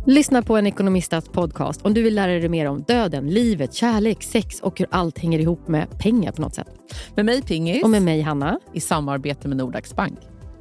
Lyssna på en ekonomistas podcast om du vill lära dig mer om döden, livet, kärlek, sex och hur allt hänger ihop med pengar på något sätt. Med mig Pingis. Och med mig Hanna. I samarbete med Nordax Bank.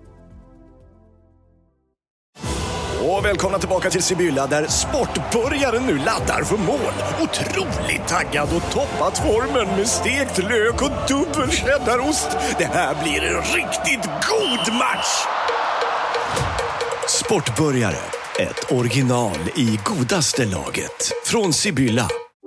Och välkomna tillbaka till Sibylla där sportbörjaren nu laddar för mål. Otroligt taggad och toppat formen med stekt lök och dubbel cheddarost. Det här blir en riktigt god match! Sportbörjare, ett original i godaste laget. Från Sibylla.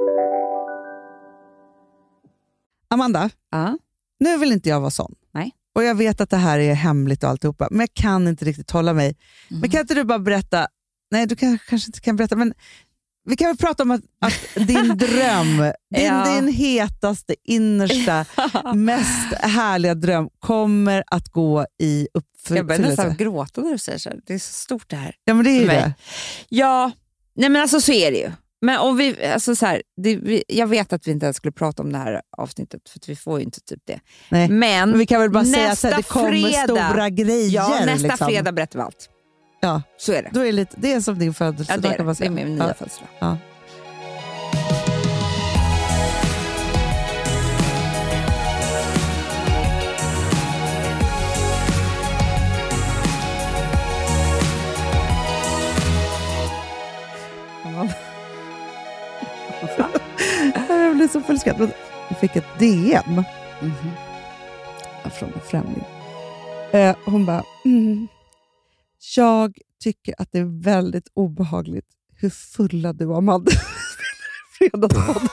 Amanda, nu vill inte jag vara sån. Nej. Och jag vet att det här är hemligt och alltihopa, men jag kan inte riktigt hålla mig. Men kan inte du bara berätta, nej du kanske inte kan berätta, men vi kan väl prata om att din dröm, din hetaste, innersta, mest härliga dröm kommer att gå i uppfyllelse. Jag börjar nästan gråta när du säger så här. Det är så stort det här. Ja, men det är ju det. Ja, nej men alltså så är det ju. Men om vi, alltså så här, jag vet att vi inte ens skulle prata om det här avsnittet för att vi får ju inte typ det. Nej. Men vi kan väl bara säga att det kommer stora grejer. Ja, nästa liksom. fredag berättar vi allt. Ja, så är det. Då är det är som din födelse. Ja, det är min nya födelsedag. Ja. Jag blev så fullskattad. Jag fick ett DM från en främling. Hon bara, jag tycker att det är väldigt obehagligt hur fulla du var, Amanda. Fredagspodden.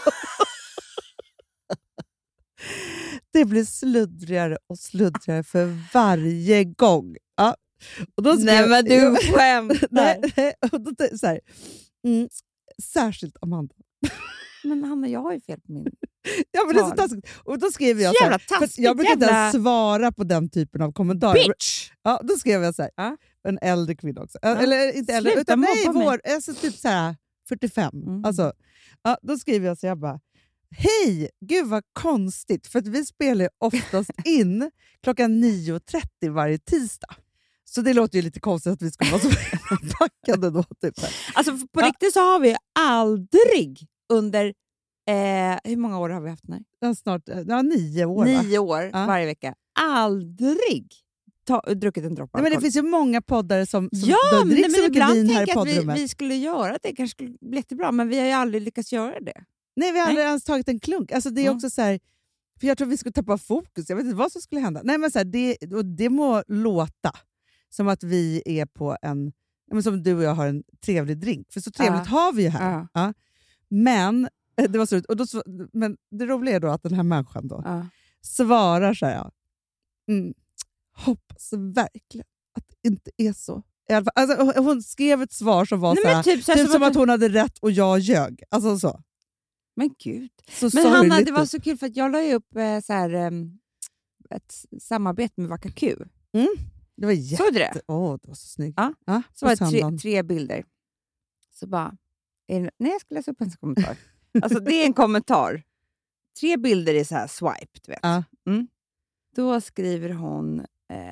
Det blir sluddrigare och sluddrigare för varje gång. Ja. Och då nej men du skämtar. Nej, och då så här, särskilt Amanda. Men Hanna, jag har ju fel på min. Ja, men det är så taskigt. Och då skrev jag så här, för jag brukar inte ens svara på den typen av kommentarer. Bitch! Ja, då skrev jag så här, en äldre kvinna också. Eller inte äldre, sluta utan nej, mig. alltså typ så här 45. Alltså, ja, då skriver jag så jag bara, hej, gud vad konstigt, för att vi spelar ju oftast in klockan 9:30 varje tisdag. Så det låter ju lite konstigt att vi skulle vara så packade då. Typ. Alltså på riktigt så har vi aldrig under, hur många år har vi haft den här? Snart 9 år. 9 år varje vecka. Aldrig druckit en droppe. Nej, men det finns ju många poddare som men dricker så mycket vin här i poddrummet. poddrummet. Vi skulle göra det, kanske skulle bli jättebra, men vi har ju aldrig lyckats göra det. Nej, vi har aldrig ens tagit en klunk. Alltså det är också så här, för jag tror vi skulle tappa fokus. Jag vet inte vad som skulle hända. Nej, men så här, det må låta som att vi är på en, som du och jag har en trevlig drink. För så trevligt har vi ju här. Ja. Men det var så, och då, men det roliga är då att den här människan då svarar så här. Hoppas verkligen att det inte är så. Alltså, hon skrev ett svar som var typ som att hon hade rätt och jag ljög. Alltså så. Men gud. Så men Hanna, det var så kul för att jag la ju upp så här, ett samarbete med Vacca Q. Det var såg du det? Det var så snyggt. Ja. Så var det 3 bilder. Så bara, nej, jag ska läsa upp en kommentar. Alltså det är en kommentar. 3 bilder är så här swipe, du vet. Då skriver hon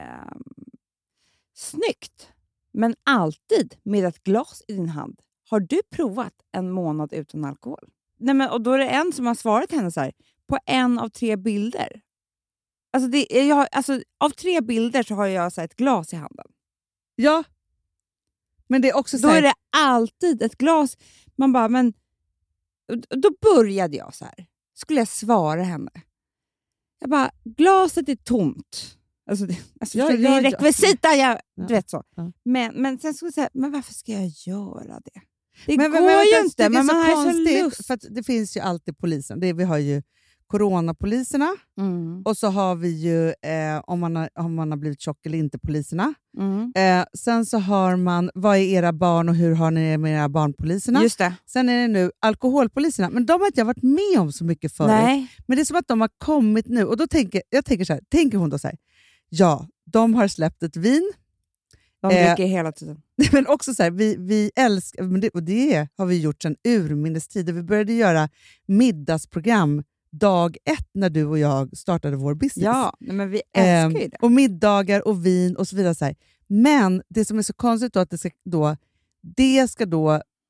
snyggt, men alltid med ett glas i din hand. Har du provat en månad utan alkohol? Nej, men, och då är det en som har svarat henne så här, på en av 3 bilder. Alltså, av 3 bilder så har jag så här, ett glas i handen. Ja. Men det är också så då här, är det alltid ett glas. Man bara, men då började jag så här. Skulle jag svara henne? Jag bara, glaset är tomt. Alltså det är rekvisita, du vet så. Ja. Men sen skulle jag säga, men varför ska jag göra det? Det går ju inte, men man har så lust. För att det finns ju alltid polisen. Vi har ju coronapoliserna och så har vi ju om man har blivit tjock eller inte poliserna. Sen så har man, vad är era barn och hur har ni det med era barnpoliserna? Just det. Sen är det nu alkoholpoliserna, men de har inte jag varit med om så mycket förut. Nej. Men det är som att de har kommit nu och då tänker hon då så här, ja, de har släppt ett vin. De dricker hela tiden. Men också så här, vi älskar, och det har vi gjort sedan urminnes tider. Vi började göra middagsprogram dag 1 när du och jag startade vår business. Ja, men vi älskar ju det. Och middagar och vin och så vidare. Så här. Men det som är så konstigt då att det ska då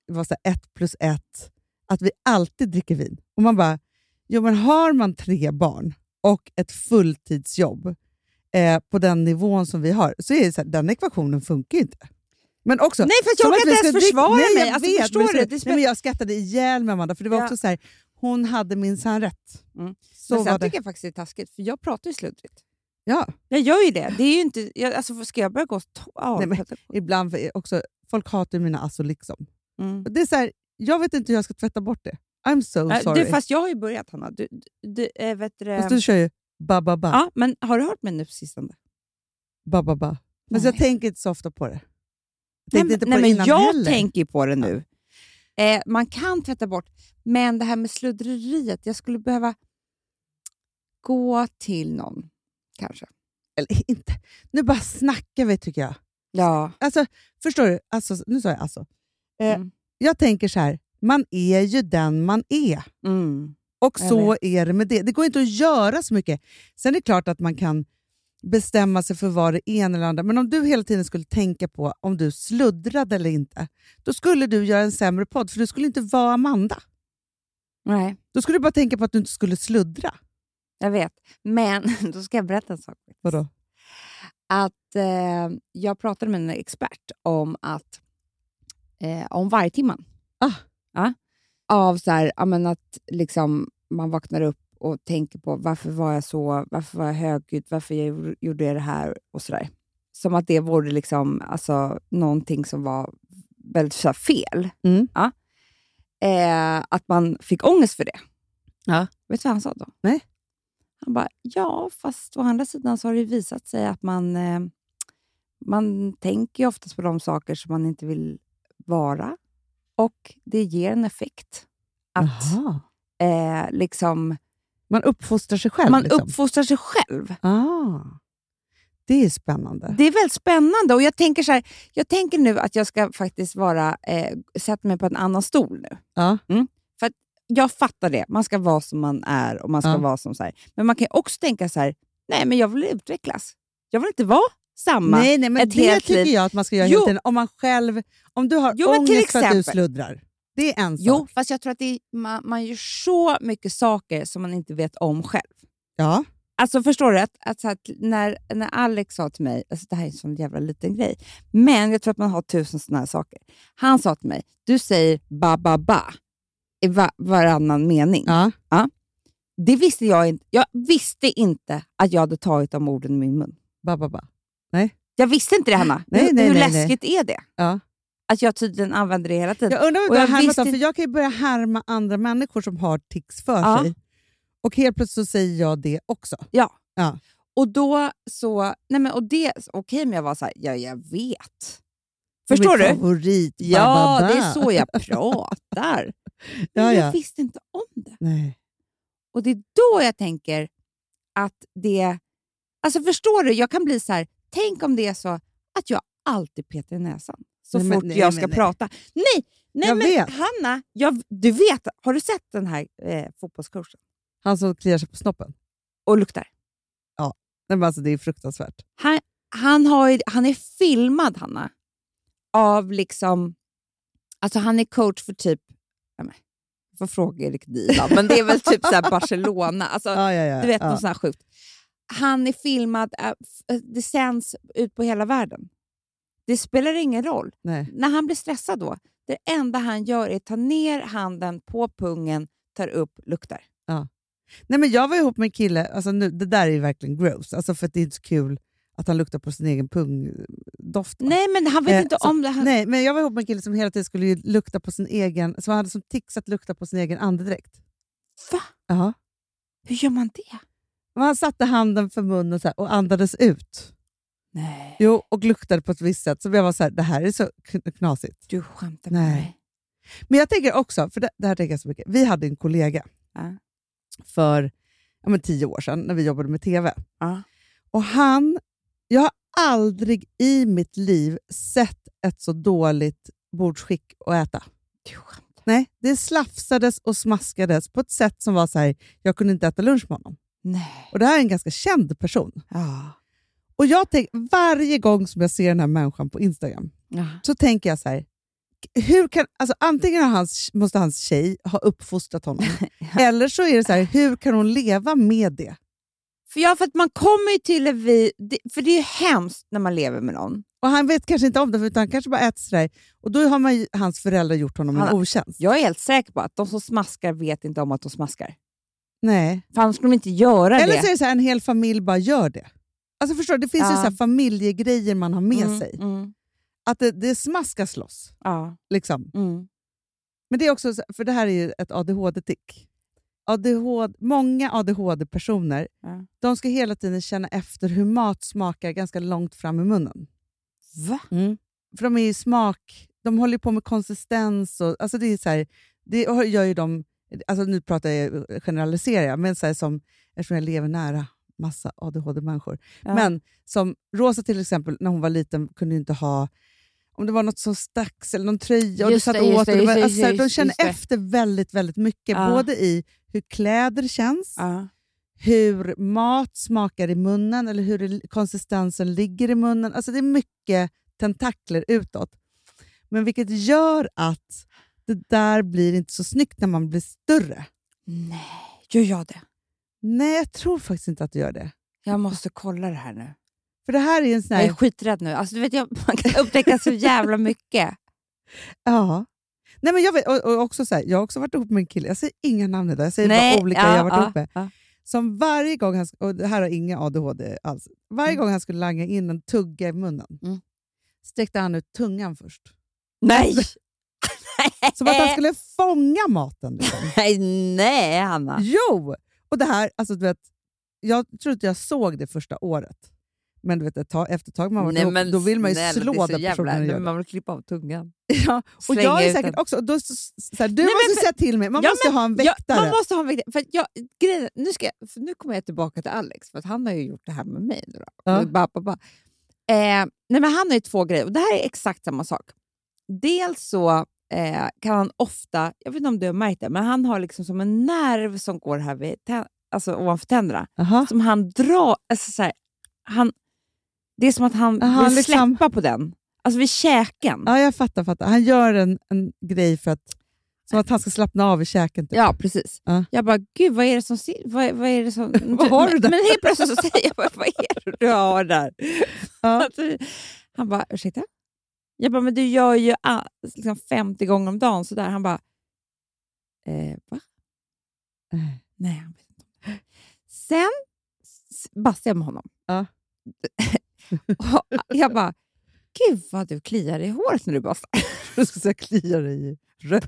var så här 1+1, att vi alltid dricker vin. Och man bara, jo men har man 3 barn och ett fulltidsjobb på den nivån som vi har, så är det så här, den ekvationen funkar ju inte. Men också, nej, för jag kan inte ens försvara mig. Alltså, vet, förstår du? Nej, men jag skrattade ihjäl med Amanda, för det var också så här, hon hade minsann rätt. Så men sen var det. tycker jag faktiskt det är taskigt, för jag pratar ju sluddrigt. Ja. Jag gör ju det. Det är ju inte... alltså, ska jag börja gå... Nej, men ibland också, folk hatar mina alltså liksom. Det är så här, jag vet inte hur jag ska tvätta bort det. I'm so sorry. Fast jag har ju börjat, Hanna. Fast du kör ju ba-ba-ba. Ja, men har du hört mig nu på sistone? Ba-ba-ba. Men jag tänker inte så ofta på det. Jag tänker på det nu. Man kan tvätta bort, men det här med sludderiet, jag skulle behöva gå till någon, kanske. Eller inte. Nu bara snackar vi, tycker jag. Ja. Alltså, förstår du? Alltså, nu sa jag alltså. Jag tänker så här, man är ju den man är. Och så är det med det. Det går inte att göra så mycket. Sen är det klart att man kan bestämma sig för vad det ena eller andra. Men om du hela tiden skulle tänka på om du sluddrade eller inte, då skulle du göra en sämre podd, för du skulle inte vara Amanda. Nej. Då skulle du bara tänka på att du inte skulle sluddra. Jag vet. Men då ska jag berätta en sak. Vadå? Att jag pratade med en expert om att om vargtimman. Av så här, att liksom man vaknar upp och tänker på varför var jag högljudd, varför jag gjorde det här och sådär. Som att det vore liksom, alltså, någonting som var väldigt så här, fel. Ja. Att man fick ångest för det. Ja. Vet du vad han sa då? Nej. Han bara, ja, fast å andra sidan så har det visat sig att man tänker ju oftast på de saker som man inte vill vara. Och det ger en effekt. Att liksom... Man uppfostrar sig själv. Man uppfostrar sig själv. Det är spännande. Det är väldigt spännande. Och jag tänker så här, jag tänker nu att jag ska faktiskt sätta mig på en annan stol nu. Ja. För att jag fattar det. Man ska vara som man är och man ska vara som så här. Men man kan också tänka så här, nej men jag vill utvecklas. Jag vill inte vara samma. Nej, men det tycker jag att man ska göra hela tiden. Om du har ångest för att du sluddrar. Det är en sak. Jo, fast jag tror att man gör så mycket saker som man inte vet om själv. Ja. Alltså förstår du att när Alex sa till mig, alltså det här är en sån jävla liten grej, men jag tror att man har 1000 såna här saker. Han sa till mig, du säger ba-ba-ba i varannan mening. Ja. Det visste jag inte. Jag visste inte att jag hade tagit de orden i min mun. Ba-ba-ba. Nej. Jag visste inte det, Hanna. Hur läskigt är det? Ja. Att jag tydligen använder det hela tiden. Jag undrar för jag kan ju börja härma andra människor som har tics för sig. Och helt plötsligt så säger jag det också. Ja. Och då så... Nej men, och det... Okej, men jag var så här, jag vet. Förstår du? Favorit. Ja, det är så jag pratar. Men jag visste inte om det. Nej. Och det är då jag tänker att det... Alltså förstår du? Jag kan bli så här, tänk om det är så att jag alltid petar i näsan. Så fort jag ska prata. Nej men vet. Hanna, du vet, har du sett den här fotbollscoachen? Han som kliar sig på snoppen. Och luktar. Ja, men alltså det är fruktansvärt. Han är filmad, Hanna. Av liksom, alltså han är coach för typ, jag får fråga Erik Dilan, men det är väl typ så här Barcelona. Alltså, du vet, något sånt här sjukt. Han är filmad, det sänds ut på hela världen. Det spelar ingen roll. Nej. När han blir stressad då, det enda han gör är att ta ner handen på pungen, tar upp, luktar. Ja. Nej, men jag var ihop med en kille, alltså nu, det där är verkligen gross, alltså för att det är inte så kul att han luktar på sin egen pungdoft. Nej, men han vet inte om det här. Nej, men jag var ihop med en kille som hela tiden skulle ju lukta på sin egen, som hade som tics att lukta på sin egen andedräkt. Va? Ja. Hur gör man det? Han satte handen för munnen så här, och andades ut. Nej. Jo, och luktade på ett visst sätt. Så jag var så här, det här är så knasigt. Du skämtar med mig. Men jag tänker också, för det här tänker jag så mycket. Vi hade en kollega för 10 år sedan när vi jobbade med TV. Och jag har aldrig i mitt liv sett ett så dåligt bordsskick att äta. Du skämtar. Nej, det slafsades och smaskades på ett sätt som var så här, jag kunde inte äta lunch med honom. Nej. Och det här är en ganska känd person. Och jag tänker, varje gång som jag ser den här människan på Instagram så tänker jag så här, hur kan, alltså, antingen måste hans tjej ha uppfostrat honom. Eller så är det så här, hur kan hon leva med det? För att man kommer ju till för det är ju hemskt när man lever med någon. Och han vet kanske inte om det, utan han kanske bara äter sådär. Och då har hans föräldrar gjort honom en otjänst. Jag är helt säker på att de som smaskar vet inte om att de smaskar. Nej. För annars skulle de inte göra det. Eller så är det så här, en hel familj bara gör det. Alltså förstår du, det finns ju så här familjegrejer man har med sig. Att det smaskas loss. Ja. Liksom. Men det är också, för det här är ju ett ADHD-tick. Många ADHD-personer, de ska hela tiden känna efter hur mat smakar ganska långt fram i munnen. Va? För de är ju de håller på med konsistens och alltså det är så här, det gör ju de, alltså nu generaliserar jag, men så här eftersom jag lever nära massa ADHD-människor. Ja. Men som Rosa till exempel, när hon var liten kunde ju inte ha, om det var något som stacks eller någon tröja och du satt åt. De känner efter väldigt, väldigt mycket. Både i hur kläder känns, hur mat smakar i munnen eller hur konsistensen ligger i munnen. Alltså det är mycket tentakler utåt. Men vilket gör att det där blir inte så snyggt när man blir större. Nej, gör jag det? Nej, jag tror faktiskt inte att du gör det. Jag måste kolla det här nu. För det här är en sån här... Jag är skiträdd nu. Alltså, du vet, man kan upptäcka så jävla mycket. Ja. Nej, men jag vet, och också så här, jag har också varit ihop med en kille. Jag säger inga namn idag. Jag säger bara olika jag har varit ihop med. Ja. Som varje gång och det här har inga ADHD alls. Varje gång han skulle langa in en tugga i munnen sträckte han ut tungan först. Nej! Som att han skulle fånga maten. Liksom. Nej, Hanna. Jo! Och det här, alltså du vet, jag tror att jag såg det första året. Men du vet, efter ett tag då vill man ju slå den personen. Man vill klippa av tungan. Ja, och jag är säkert också... Då, du måste säga till mig. Man måste ha en väktare. Man måste ha en väktare. Nu kommer jag tillbaka till Alex. För att han har ju gjort det här med mig. Men han har ju 2 grejer. Och det här är exakt samma sak. Dels så kan han ofta... Jag vet inte om du har märkt det. Men han har liksom som en nerv som går här vid ovanför tänderna. Som han drar... Alltså så här, det är som att han vill släppa på den. Alltså vid käken. Ja, jag fattar. Han gör en grej för att... Som att han ska slappna av i käken. Typ. Ja, precis. Jag bara, gud, vad är det som... Vad är det som... Vad har du där? Men helt plötsligt så säger jag bara, vad är det du har där? Han bara, ursäkta? Jag bara, men du gör ju liksom 50 gånger om dagen sådär. Han bara, va? Nej, han vet inte. Sen bastade jag med honom. Ja. Och jag bara, gud vad du kliar i håret när du bastar. Du ska säga kliar i röv.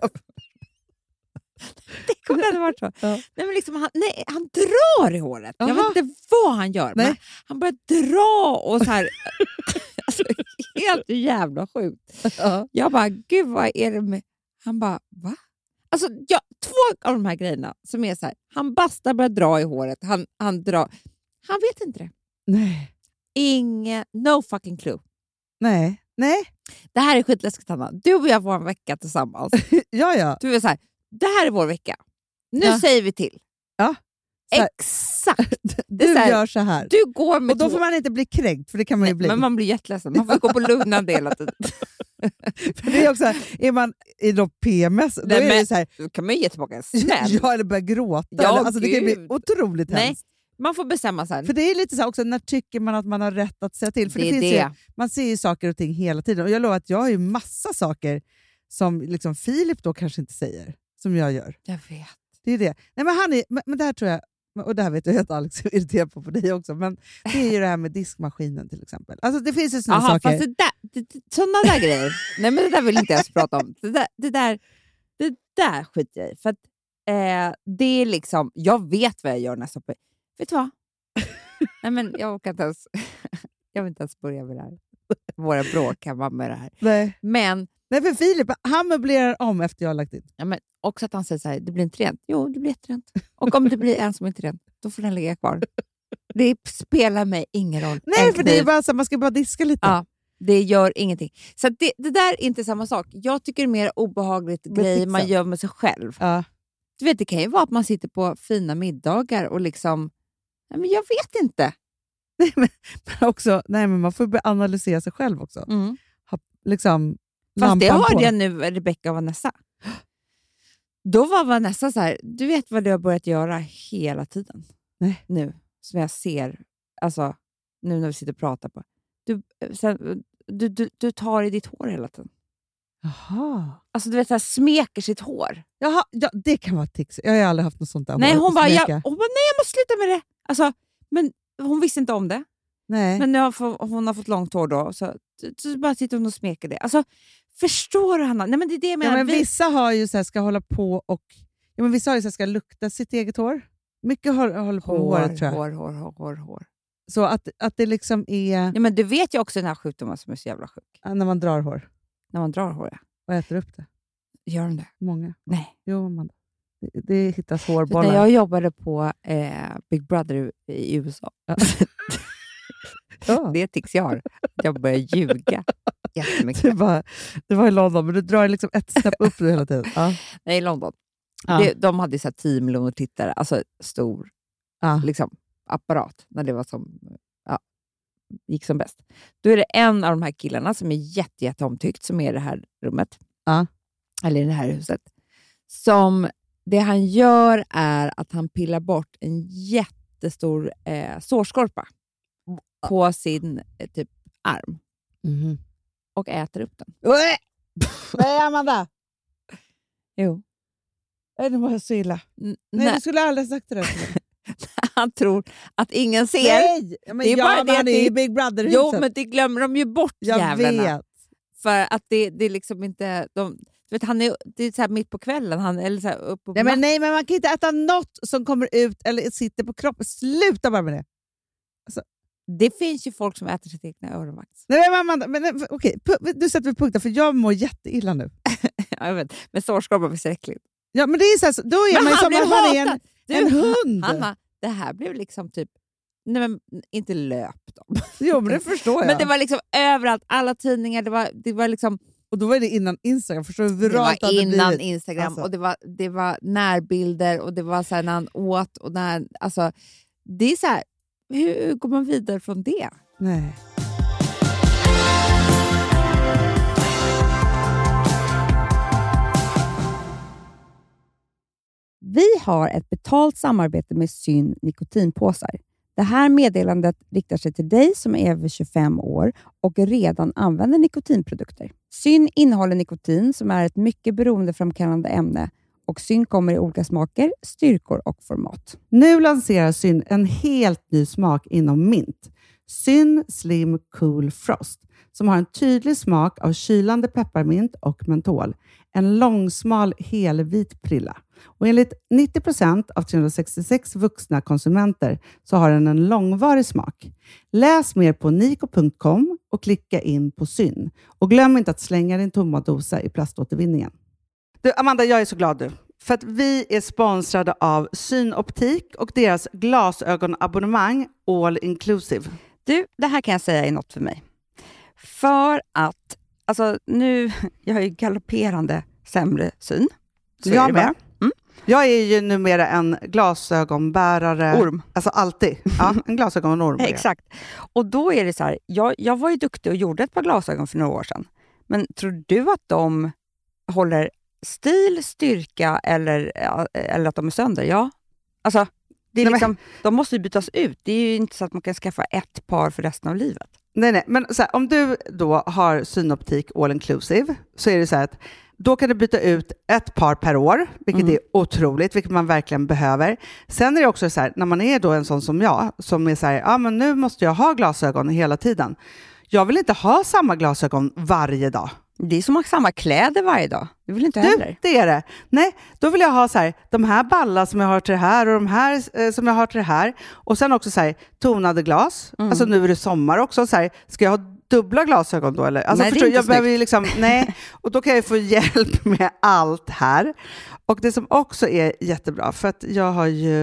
Det kommer inte varit så. Ja. Nej, men liksom, han drar i håret. Jag vet inte vad han gör. Men han börjar dra och så här. Alltså, helt jävla sjukt. Jag bara, gud vad är det med... Han bara, va? Alltså, 2 av de här grejerna som är så här. Han bastar, börjar dra i håret. Han drar. Han vet inte det. Nej. No fucking clue. Nej. Det här är skitläskigt, Hanna. Du och jag var en vecka tillsammans. Ja. Du är så här, det här är vår vecka. Nu säger vi till. Ja. Exakt. Du gör så här. Du går med och då får man inte bli kränkt, för det kan man ju bli. Men man blir jätteledsen. Man får gå på lugnande hela tiden. För det är också, är man i PMS, då är det så här. Då kan man ju ge tillbaka en smäll. Ja, eller börja gråta. Alltså, det kan bli otroligt hemskt. Man får bestämma sig. För det är lite så här också, när tycker man att man har rätt att säga till? För det finns ju, man ser ju saker och ting hela tiden. Och jag lovar att jag har ju massa saker som liksom Filip då kanske inte säger, som jag gör. Jag vet. Det är det. Nej, men det här tror jag, och det här vet jag att Alex är irriterad på dig också, men det är ju det här med diskmaskinen till exempel. Alltså det finns ju sådana saker. Fast sådana där grejer. Nej, men det där vill inte jag prata om. Det där skiter jag i. För att det är liksom, jag vet vad jag gör nästa på. Vet du vad? Nej, men jag vill inte ens börja med det här. Våra bråk kan vara med det här. Nej. Men för Filip, han möblerar om efter jag har lagt in. Ja, men också att han säger så här, det blir inte rent. Jo, det blir jätterent. Och om det blir en som inte är rent, då får den ligga kvar. Det spelar mig ingen roll. Nej, för det är bara så, man ska bara diska lite. Ja, det gör ingenting. Så det där är inte samma sak. Jag tycker det är mer obehagligt grej man gör med sig själv. Ja. Du vet, det kan ju vara att man sitter på fina middagar och liksom, nej, men jag vet inte. Nej, men man får börja analysera sig själv också. Mm. Liksom, Fast det lampan hörde på. jag nu, Rebecca och Vanessa. Då var Vanessa så här, du vet vad du har börjat göra hela tiden. Nej. Nu, som jag ser, alltså nu när vi sitter och pratar på. Du tar i ditt hår hela tiden. Jaha. Alltså du vet, så här, smeker sitt hår. Jaha, ja, det kan vara ett tics. Jag har aldrig haft något sånt där. Nej, hår hon att bara, nej smeka. jag måste sluta med det. Alltså, men hon visste inte om det. Nej. Men nu hon har fått långt hår då. Så bara sitter hon och smeker det. Alltså, förstår du, Hanna? Nej, men det är det jag menar. Ja, men vissa har ju så här, ska hålla på och... Ja, men vissa har ju så här, ska lukta sitt eget hår. Mycket håller på med håret, tror jag. Hår. Så att det liksom är... Ja, men du vet ju också den här sjukdomen som är så jävla sjuk. När man drar hår. När man drar hår, ja. Och äter upp det. Gör de det? Många. Nej. Jo, Amanda. Det hittas När hårbollar. jag jobbade på Big Brother i USA. Ja. Det tycks jag har. Jag börjar ljuga jättemycket. Det var i London, men du drar liksom ett snäpp upp hela tiden. Ja. Nej, i London. Ja. De hade så här 10 miljoner tittare. Alltså stor liksom, apparat. När det var som, gick som bäst. Då är det en av de här killarna som är jätteomtyckt, som är i det här rummet. Ja. Eller i det här huset. Som det han gör är att han pillar bort en jättestor sårskorpa på sin typ arm. Mm. Och äter upp den. Nej, Amanda! Jo. Nej, det var så illa. Nej, du skulle aldrig ha sagt det där. Han tror att ingen ser. Nej! Men det är bara det han är i Big Brother-huset. Jo, men det glömmer de ju bort, jag jävlarna. vet. För att det är liksom inte... Du vet, det är så här mitt på kvällen. Eller så här upp på Nej, men man kan inte äta något som kommer ut eller sitter på kroppen. Sluta bara med det. Alltså. Det finns ju folk som äter sitt egna öronvax. Nej, men okej. Du sätter vi punkten, för jag mår jätteilla nu. Jag vet, men sårskorpa blir så äckligt. Ja, men det är så här, då är man ju som att man är en hund. Hanna, det här blev liksom typ... Nej, men inte löp dem. Jo, men det förstår jag. Men det var liksom överallt, alla tidningar, det var liksom... Och då var det innan Instagram, förstår du? Det var innan blivit. Instagram, alltså. och det var närbilder, och det var så här när han åt, och när... Alltså, det är så här, hur går man vidare från det? Nej. Vi har ett betalt samarbete med Syn nikotinpåsar. Det här meddelandet riktar sig till dig som är över 25 år och redan använder nikotinprodukter. Syn innehåller nikotin som är ett mycket beroendeframkallande ämne, och Syn kommer i olika smaker, styrkor och format. Nu lanserar Syn en helt ny smak inom mint. Syn Slim Cool Frost, som har en tydlig smak av kylande pepparmint och mentol. En långsmal helvit prilla. Och enligt 90% av 366 vuxna konsumenter så har den en långvarig smak. Läs mer på niko.com och klicka in på Syn. Och glöm inte att slänga din tomma dosa i plaståtervinningen. Du, Amanda, jag är så glad du. För att vi är sponsrade av Synoptik och deras glasögonabonnemang All Inclusive. Du, det här kan jag säga är något för mig. För att, alltså nu, jag har ju galopperande sämre syn. Så jag är det med. Mm. Jag är ju numera en glasögonbärare. Orm. Alltså alltid. Ja, en glasögonorm. Exakt. Och då är det så här, jag var ju duktig och gjorde ett par glasögon för några år sedan. Men tror du att de håller stil, styrka eller att de är sönder? Ja. Alltså, det är liksom, de måste ju bytas ut. Det är ju inte så att man kan skaffa ett par för resten av livet. Nej. Men så här, om du då har Synoptik All Inclusive så är det så här att då kan du byta ut ett par per år, vilket är otroligt, vilket man verkligen behöver. Sen är det också så här, när man är då en sån som jag, som är så här, men nu måste jag ha glasögon hela tiden. Jag vill inte ha samma glasögon varje dag. Det är som att ha samma kläder varje dag. Det vill inte heller. Det är det. Nej, då vill jag ha så här, de här ballar som jag har till det här och de här som jag har till det här. Och sen också så här, tonade glas. Alltså nu är det sommar också. Så här, ska jag ha dubbla glasögon då? Eller? Alltså, nej, förstår, det är jag behöver ju liksom, nej. Och då kan jag få hjälp med allt här. Och det som också är jättebra, för att jag har ju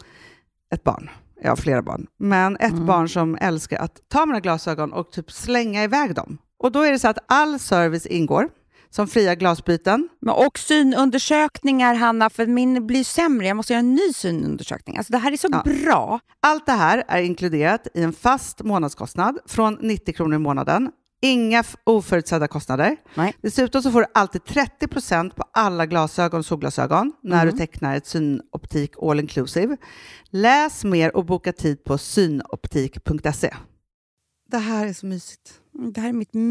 ett barn. Jag har flera barn. Men ett barn som älskar att ta mina glasögon och typ slänga iväg dem. Och då är det så att all service ingår. Som fria glasbyten. Men och synundersökningar, Hanna, för min blir sämre. Jag måste göra en ny synundersökning. Alltså det här är så bra. Allt det här är inkluderat i en fast månadskostnad från 90 kronor i månaden. Inga oförutsedda kostnader. Nej. Dessutom så får du alltid 30% på alla glasögon och solglasögon när du tecknar ett synoptik all inclusive. Läs mer och boka tid på synoptik.se. Det här är så mysigt. Det här är mitt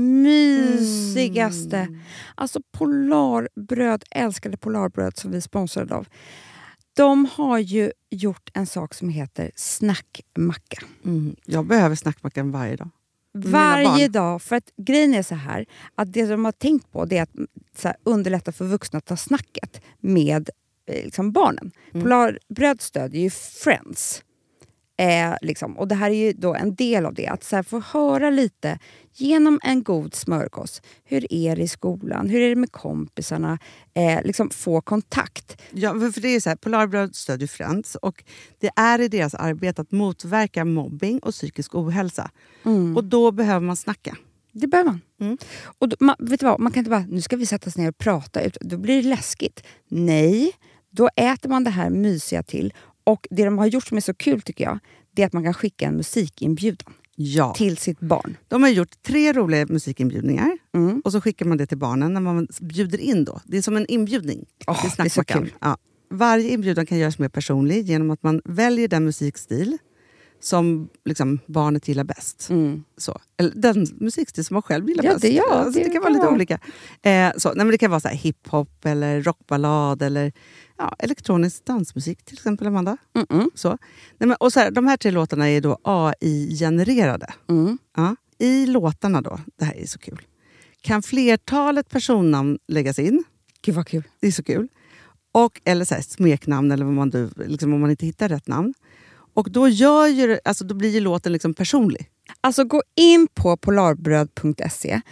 mysigaste. Alltså Polarbröd, älskade Polarbröd som vi sponsrade av. De har ju gjort en sak som heter snackmacka. Jag behöver snackmackan varje dag. Varje dag. För att grejen är så här. Att det de har tänkt på det är att så här, underlätta för vuxna att ta snacket med liksom, barnen. Polarbröd stödjer ju Friends. Liksom. Och det här är ju då en del av det. Att så här, få höra lite genom en god smörgås. Hur är det i skolan? Hur är det med kompisarna? Liksom få kontakt. Ja, för det är så här, Polarbröd stödjer Friends och det är i deras arbete att motverka mobbing och psykisk ohälsa. Och då behöver man snacka. Det behöver man. Och då, vet du vad? Man kan inte bara, nu ska vi sätta oss ner och prata. Då blir det läskigt. Nej, då äter man det här mysiga till. Och det de har gjort som är så kul tycker jag, det är att man kan skicka en musikinbjudan till sitt barn. De har gjort 3 roliga musikinbjudningar och så skickar man det till barnen när man bjuder in då. Det är som en inbjudning till snackmackan. Det är så kul. Ja. Varje inbjudan kan göras mer personlig genom att man väljer den musikstil som liksom barnet gillar bäst. Så. Eller den musikstil som man själv gillar bäst. Det kan vara lite olika. Men det kan vara så här hiphop eller rockballad eller elektronisk dansmusik till exempel, Amanda. Så. Och så här, de här 3 låtarna är då AI-genererade. Ja. I låtarna då, det här är så kul, kan flertalet personnamn läggas in. Gud vad kul. Det är så kul. Eller så här, smeknamn eller vad man, liksom, om man inte hittar rätt namn. Och då, då blir ju låten liksom personlig. Alltså gå in på polarbröd.se,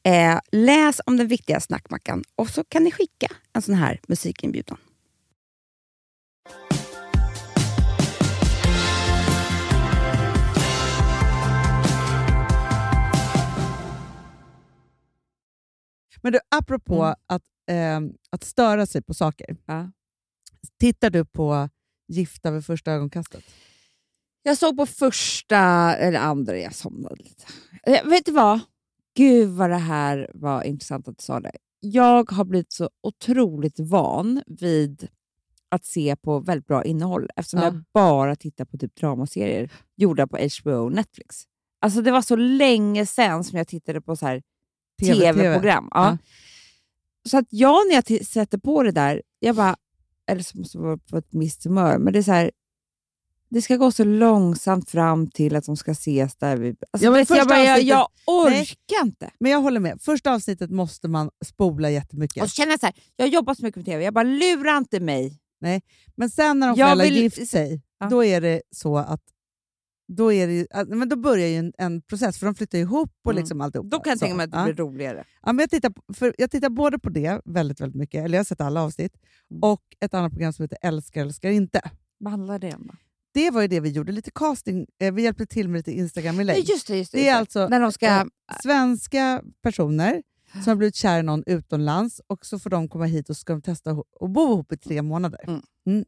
läs om den viktiga snackmackan och så kan ni skicka en sån här musikinbjudan. Men du, apropå att störa sig på saker. Ja. Tittar du på Gifta vid första ögonkastet? Jag såg på första eller andra, jag somnade lite. Vet du vad? Gud vad det här var intressant att du sa det. Jag har blivit så otroligt van vid att se på väldigt bra innehåll eftersom jag bara tittar på typ dramaserier gjorda på HBO och Netflix. Alltså det var så länge sedan som jag tittade på så här tv-program. Ja. Så att när jag sätter på det där, jag bara, eller så måste jag vara på ett misst humör, men det är så här, det ska gå så långsamt fram till att de ska ses där. Alltså, jag orkar inte. Men jag håller med. Första avsnittet måste man spola jättemycket. Och så känner jag så här, jag jobbar så mycket med tv, jag bara lurar inte mig. Nej, men sen när de föräldrar gift sig, då är det så att då börjar ju en process, för de flyttar ihop och liksom alltihop. Då kan jag tänka mig att det blir roligare. Ja, men jag tittar både på det väldigt, väldigt mycket, eller jag har sett alla avsnitt, och ett annat program som heter Älskar inte. Vad handlar det om då? Det var ju det vi gjorde, lite casting, vi hjälpte till med lite Instagram-inlägg. Just det. Det är alltså när de ska svenska personer som har blivit kär i någon utomlands, och så får de komma hit och ska de testa att bo ihop i 3 månader.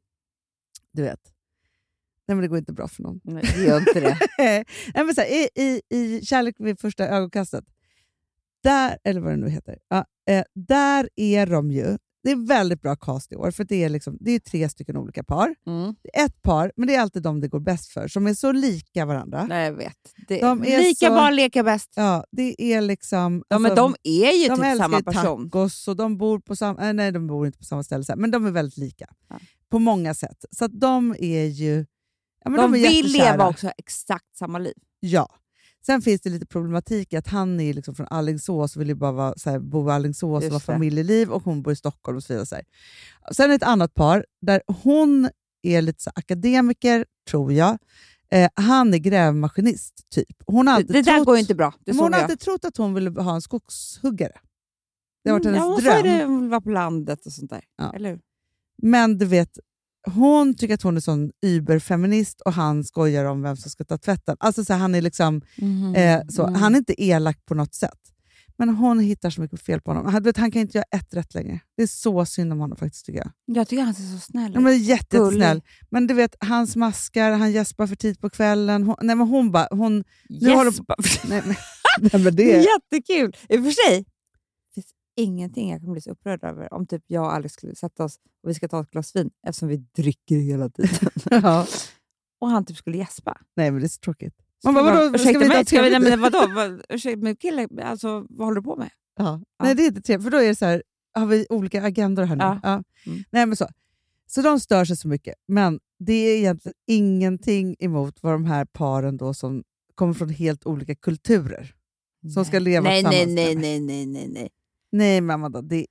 Du vet. Nej, men det går inte bra för någon. Nej, det gör inte det. Nej, men så här, i Kärlek vid första ögonkastet, där, eller vad det nu heter, där är de ju, det är väldigt bra cast i år, för det är 3 stycken olika par. Det är ett par, men det är alltid de det går bäst för, som är så lika varandra. Nej, jag vet. De är lika barn leker bäst. Ja, det är liksom... Ja, men de är ju de typ samma person. Tacos, och de bor på samma... Nej, de bor inte på samma ställe, men de är väldigt lika. Ja. På många sätt. Så att de är ju... Ja, men de vill leva också exakt samma liv. Ja. Sen finns det lite problematik att han är liksom från Alingsås och vill ju bara vara, så här, bo i Alingsås och vara familjeliv, och hon bor i Stockholm och så vidare. Så här. Sen ett annat par där hon är lite så akademiker, tror jag. Han är grävmaskinist, typ. Hon har det där går ju inte bra. Hon har alltid trott att hon ville ha en skogshuggare. Det har varit hennes dröm. Hon vill vara på landet och sånt där. Ja. Eller? Men du vet, hon tycker att hon är sån überfeminist, och han skojar om vem som ska ta tvätten. Alltså så han är liksom han är inte elak på något sätt. Men hon hittar så mycket fel på honom. Han kan inte göra ett rätt längre. Det är så synd om honom faktiskt, tycker jag. Jag tycker han är så snäll. Ja, men jättesnäll. Men du vet, han smaskar, han gäspar för tid på kvällen. Hon bara... Nej, men Det är jättekul. I och för sig finns ingenting jag kommer bli så upprörd över om typ jag och Alex skulle sätta oss och vi ska ta ett glas vin eftersom vi dricker hela tiden. Ja. Och han typ skulle gäspa. Nej, men det är så tråkigt. Ska Man bara, vadå? ursäkta mig, ska vi men vadå? Ursäkta mig, kille, alltså vad håller du på med? Ja. Nej, det är inte trevligt. För då är det så här, har vi olika agendor här nu? Ja. Ja. Nej, men så de stör sig så mycket. Men det är egentligen ingenting emot vad de här paren då som kommer från helt olika kulturer som ska leva tillsammans. Nej. Nej, men Amanda, de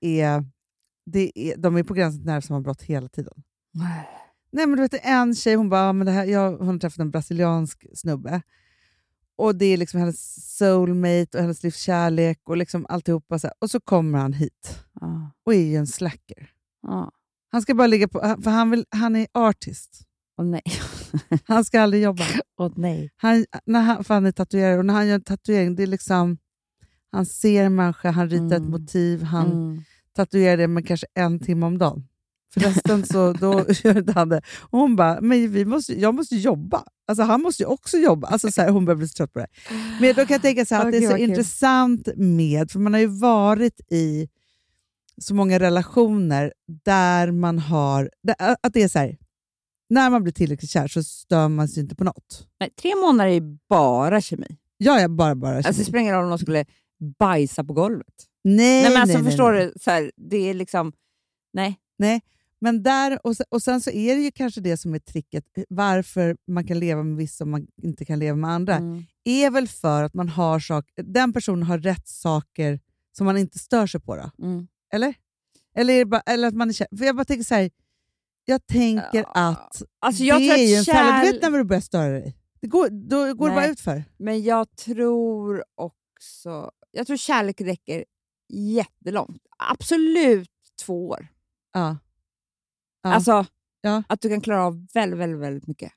är på gränsen till nervsammanbrott hela tiden. Nej, men du vet, en tjej, hon bara, men hon har träffat en brasiliansk snubbe. Och det är liksom hennes soulmate och hennes livskärlek och liksom alltihopa. Så här. Och så kommer han hit och är ju en slacker. Han ska bara ligga på, för han är artist. Nej. Han ska aldrig jobba. Nej. För han är tatuerare, och när han gör en tatuering, det är liksom, han ser en människa, han ritar ett motiv, han tatuerar det med kanske 1 timme om dagen. Förresten så då gör inte han det. Och hon bara, men jag måste jobba. Alltså han måste ju också jobba. Alltså så här, hon börjar bli så trött på det. Men då kan jag tänka så här, att det är så intressant med, för man har ju varit i så många relationer där man har, att det är så här, när man blir tillräckligt kär så stör man sig inte på något. Nej, 3 månader är bara kemi. Ja, bara kemi. Alltså det spelar ingen roll om de skulle bajsa på golvet. Nej, men alltså förstår du, så här, det är liksom, nej. Men där, och sen så är det ju kanske det som är tricket, varför man kan leva med vissa och man inte kan leva med andra, är väl för att man har den personen har rätt saker som man inte stör sig på då. Eller? Eller, är det bara, eller att man är kär. För jag bara tänker så här, jag tänker att alltså jag det tror är ju en fälla. Du vet när du du börjar störa dig. Då går det bara ut för. Men jag tror också, kärlek räcker jättelångt. Absolut 2 år. Ja. Alltså, att du kan klara av väldigt, väldigt, väldigt mycket.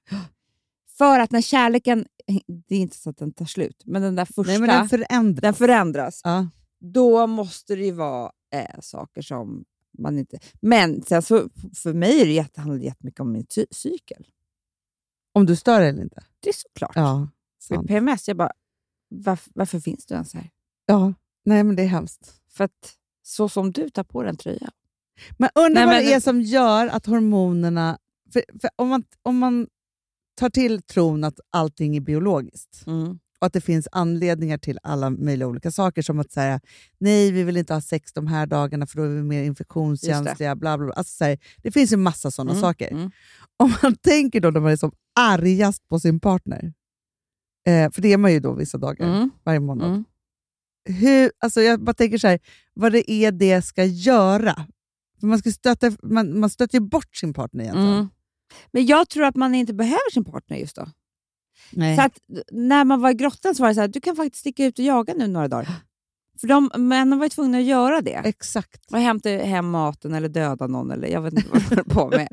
För att när kärleken, det är inte så att den tar slut, men den där första, nej, men den förändras. Då måste det ju vara saker som man inte... Men sen så, för mig handlar det jättemycket om min cykel. Om du stör eller inte? Det är såklart. Ja, för PMS, jag bara, varför finns du ens här? Ja, nej men det är hemskt. För att så som du tar på den tröjan. Men undrar vad det är som gör att hormonerna... För om man tar till tron att allting är biologiskt och att det finns anledningar till alla möjliga olika saker, som att säga nej, vi vill inte ha sex de här dagarna för då är vi mer infektionskänsliga, bla bla bla. Alltså, så här, det finns ju massa sådana saker. Om man tänker då när man är som argast på sin partner, för det är man ju då vissa dagar varje månad. Alltså jag bara tänker så här, vad det är det ska göra. För man stöter ju bort sin partner egentligen. Men jag tror att man inte behöver sin partner just då. Nej. Så att när man var i grottan så var det så här, du kan faktiskt sticka ut och jaga nu några dagar. För männen var ju tvungna att göra det. Exakt. Och hämta hem maten eller döda någon, eller jag vet inte vad de håller på med.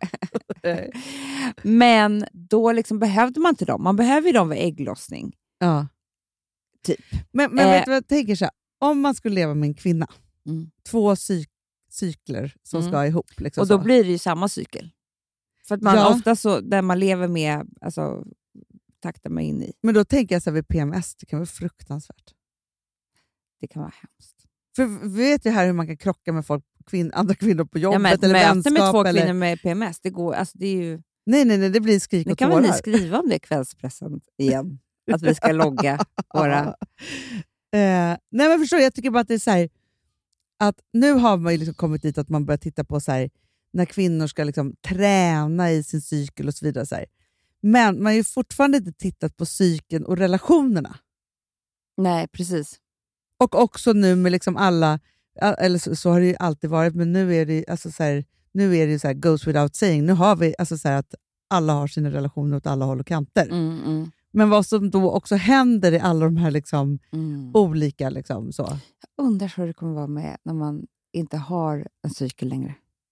Men då liksom behövde man inte dem. Man behöver ju dem vid ägglossning. Ja. Typ. Men vet du vad jag tänker så här? Om man skulle leva med en kvinna, 2 cykler som ska ihop. Liksom och då så. blir det ju samma cykel. För att man ofta så, där man lever med, alltså taktar man in i. Men då tänker jag så här, vid PMS, det kan vara fruktansvärt. Det kan vara hemskt. För vi vet ju här hur man kan krocka med folk, andra kvinnor på jobbet, men eller vänskap. Med 2 eller... kvinnor med PMS, det går, alltså det är ju... Nej, det blir skrik och tårar. Nu kan väl ni skriva om det i kvällspressen igen? Att vi ska logga våra... Nej, men förstår jag tycker bara att det är så här, att nu har man ju liksom kommit dit att man börjar titta på så här, när kvinnor ska liksom träna i sin cykel och så vidare. Så här. Men man har ju fortfarande inte tittat på cykeln och relationerna. Nej, precis. Och också nu med liksom alla, eller så har det ju alltid varit, men nu är det alltså så här, så här, goes without saying. Nu har vi alltså så här att alla har sina relationer åt alla håll och kanter. Men vad som då också händer i alla de här liksom, olika... Liksom, så. Jag undrar hur det kommer vara med när man inte har en cykel längre.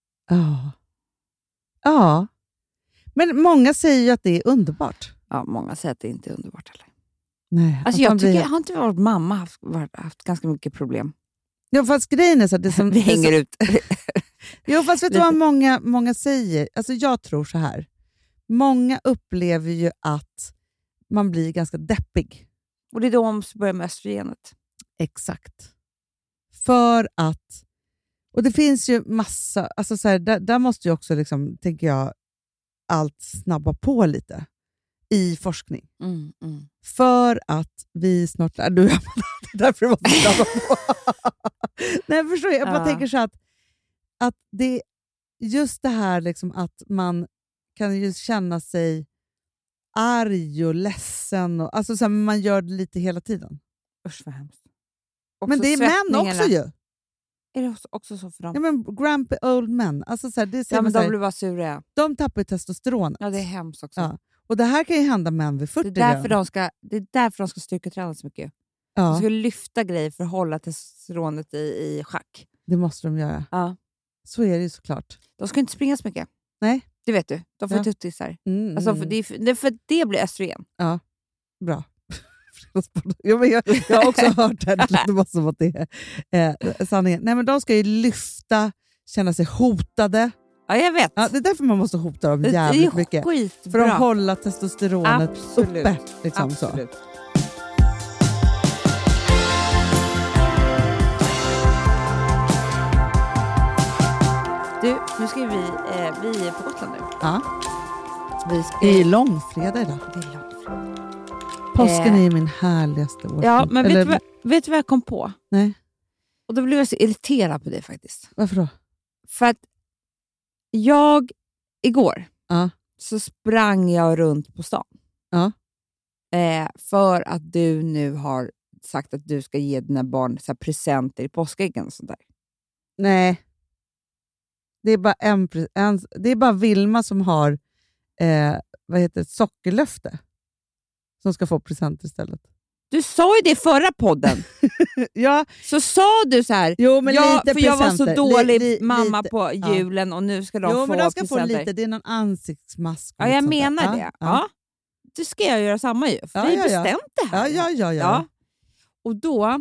Ja. Men många säger ju att det är underbart. Ja, många säger att det inte är underbart heller. Nej, alltså jag har inte varit mamma haft ganska mycket problem. Ja, fast grejen är så att det som... Vi hänger ut. Jo, fast vet du vad många säger? Alltså jag tror så här. Många upplever ju att man blir ganska deppig. Och det är då man måste börja med östrogenet. Exakt. För att, och det finns ju massa, alltså så här, där måste ju också liksom, tänker jag, allt snabba på lite i forskning. För att vi snart, det är därför det måste snabba på. Nej, jag förstår, jag bara tänker så att det, just det här liksom att man kan ju känna sig arg och ledsen, och, alltså så här, man gör det lite hela tiden. Usch vad hemskt. Men det är män också ju. Är det också så för dem? Ja, men grumpy old men. Alltså så här, det Ja, men så här, de blir bara sura. de tappar ju testosteronet. Ja, det är hemskt också. Ja. Och det här kan ju hända män vid 40. Det är därför de ska styrketräna så mycket. Ja, De ska lyfta grejer för att hålla testosteronet i schack. det måste de göra. Ja. Så är det ju såklart. De ska inte springa så mycket. Nej. Det vet du. De får tuttisar. Alltså, för det blir östrogen. Ja, bra. Ja, men jag har också hört det. Det måste som att det är sanningen. Nej, men de ska ju lyfta, känna sig hotade. Ja, jag vet. Ja, det är därför man måste hota dem jävligt mycket. Skitbra. För att hålla testosteronet uppe. Liksom. Absolut. Så. Du, nu ska vi är på Gotland nu. Ja. Det är långfredag idag. Det är långfredag. Påsken är min härligaste år. Ja, men vet du vad jag kom på? Nej. Och då blev jag så irriterad på det faktiskt. Varför då? För att igår så sprang jag runt på stan. Ja. För att du nu har sagt att du ska ge dina barn så här presenter i påskäggen och sånt där. Nej. Det är bara det är bara Vilma som har ett sockerlöfte som ska få presenter istället. Du sa ju det i förra podden. Ja. Så sa du så här. Jo, men lite för jag var så dålig mamma lite, på julen och nu ska de få men de ska presenter. få lite, det är någon ansiktsmask. Ja, jag menar det. Ja. Det ska jag göra samma ju. För vi bestämt det här. Ja. Och då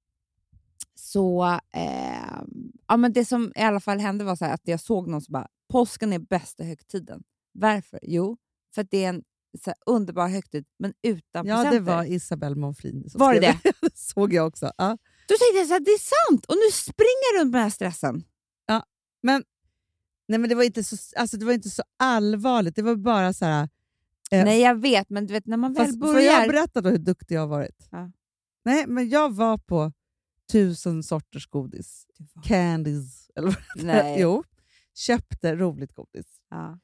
så men det som i alla fall hände var så här att jag såg någon som bara, påsken är bästa högtiden. Varför? Jo, för att det är en så här underbar högtid, men utan presenter. Ja, det var Isabelle Monfrini som var det? Det såg jag också. Ja. Då tänkte jag så här, det är sant. Och nu springer jag runt med den här stressen. Ja, men det var inte så allvarligt. Det var bara så här. Nej, jag vet, men du vet när man väl börjar. Får jag berätta då hur duktig jag har varit? Ja. Nej, men jag var på 1000 sorters godis. Candies. Eller Nej. Jo. Köpte roligt godis. Ja.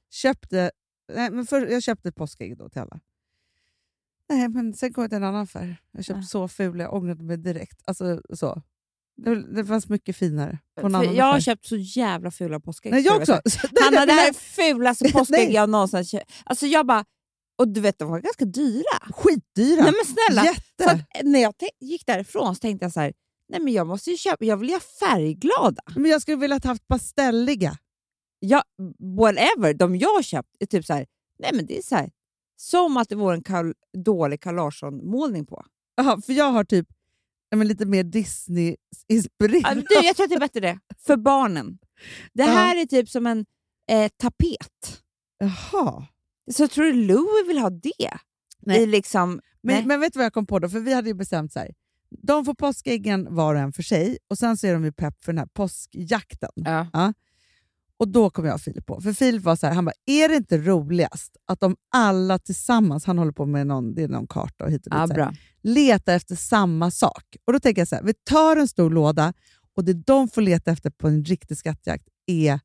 Jag köpte påskägg då till alla. Nej, men sen kom jag till en annan affär. Jag köpte så fula, jag ångrade mig direkt. Alltså så. Det fanns mycket finare på en annan jag har affär. köpt så jävla fula påskägg. Nej, jag också. Hanna, det här är fulaste påskägg jag någonsin köpt. Alltså jag bara, och du vet, de var ganska dyra. Skitdyra. Nej men snälla. Jätte. Så att när jag gick därifrån så tänkte jag så här, nej men jag måste ju köpa, jag vill ju ha färgglada. Men jag skulle vilja ha haft pastelliga. Ja, whatever. De jag har köpt är typ så här, nej men det är så här, som att det vore en dålig Carl Larsson-målning på. Jaha, för jag har typ lite mer Disney-inspirerat. Du, jag tror att det är bättre det. För barnen. Det här är typ som en tapet. Jaha. Så tror du Louis vill ha det? Nej. Men vet du vad jag kom på då? För vi hade ju bestämt så här. De får påskäggen var och en för sig. Och sen så är de ju pepp för den här påskjakten. Ja. Och då kom jag och Filip på. För Filip var så här, han bara, är det inte roligast att de alla tillsammans, han håller på med någon karta och hit och dit, bra. Letar efter samma sak. Och då tänker jag så här, vi tar en stor låda och det de får leta efter på en riktig skattjakt är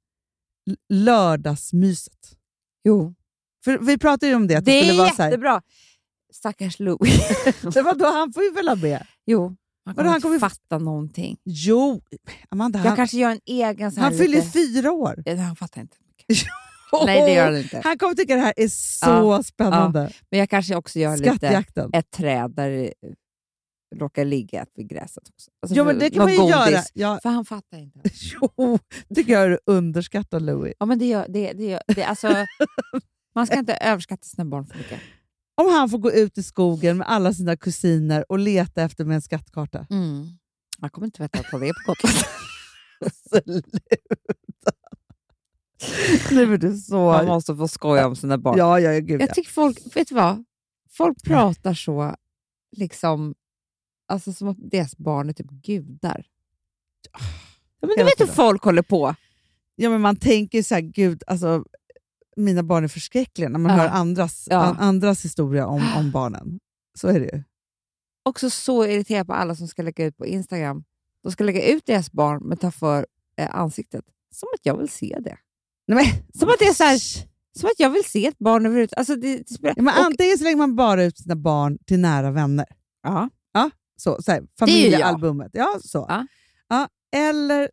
lördagsmyset. Jo. För vi pratade ju om det. Att det skulle är vara jättebra. Stackars Louis. Det var då, han får ju väl ha med. Jo, han kommer inte fatta någonting. Jo, Amanda. Jag kanske gör en egen så här. Han fyller 4 år. Ja, han fattar inte mycket. Nej, det gör han inte. Han kommer tycka det här är så spännande. Ja. Men jag kanske också gör Skattjakten. Lite ett träd där det råkar ligga vid gräset också. Alltså, jo, men det kan man ju göra. Ja. För han fattar inte. Jo, tycker jag är underskattat, Louis. Ja, men det alltså, man ska inte överskatta sina barn för mycket. Om han får gå ut i skogen med alla sina kusiner och leta efter med en skattkarta. Mm. Jag kommer inte veta vad det är på Gotland. Sluta. Nu är du så... Man måste få skoja om sina barn. Ja, gud. Jag tycker folk, vet du vad? Folk pratar så liksom, alltså som att deras barn är typ gudar. Ja, men du Hela vet hur tiden. folk håller på. Ja, men man tänker så här, gud, alltså mina barn är förskräckliga när man Ja. hör andras historia om barnen. Så är det ju. Också så irriterad på alla som ska lägga ut på Instagram. De ska lägga ut deras barn men ta för ansiktet. Som att jag vill se det. Nej, men, Som att det är så här, som att jag vill se ett barn överhuvudtaget. Alltså det spelar... ja, men antingen så lägger man bara ut sina barn till nära vänner. Ja. Så här, Det är ju jag. familjealbumet. Ja, så. Ja. Ja, eller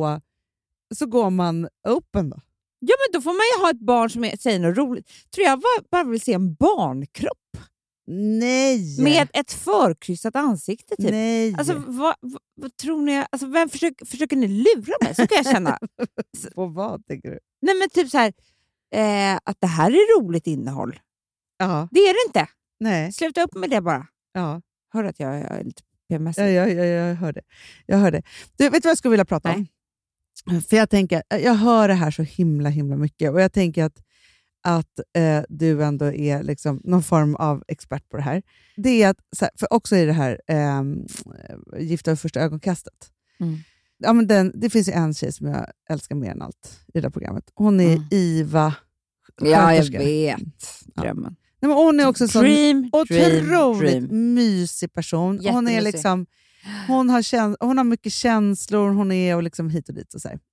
så går man open då. Ja, men då får man ju ha ett barn som säger något roligt. Tror jag bara vill se en barnkropp Nej! med ett förkryssat ansikte typ. Nej! Alltså vad tror ni? Alltså vem försöker ni lura mig? Så kan jag känna. På vad tänker du? Nej, men typ så här att det här är roligt innehåll. Ja, Det är det inte. nej. Sluta upp med det bara. Ja. Hör att jag är lite PMS. Jag hör det. Jag hör det. Du, vet du vad jag skulle vilja prata om? För jag hör det här så himla mycket och jag tänker att du ändå är liksom någon form av expert på det här. Det är att, för också i det här Gifta vid första ögonkastet. Mm. Ja, men det finns ju en tjej som jag älskar mer än allt i det här programmet. Hon är Iva. Ja, jag sköterska. vet. Drömmen. Nej, men hon är också en sån otroligt dream. mysig person. Hon är Jättemysig. liksom, hon har mycket känslor, hon är och liksom hit och dit och så här.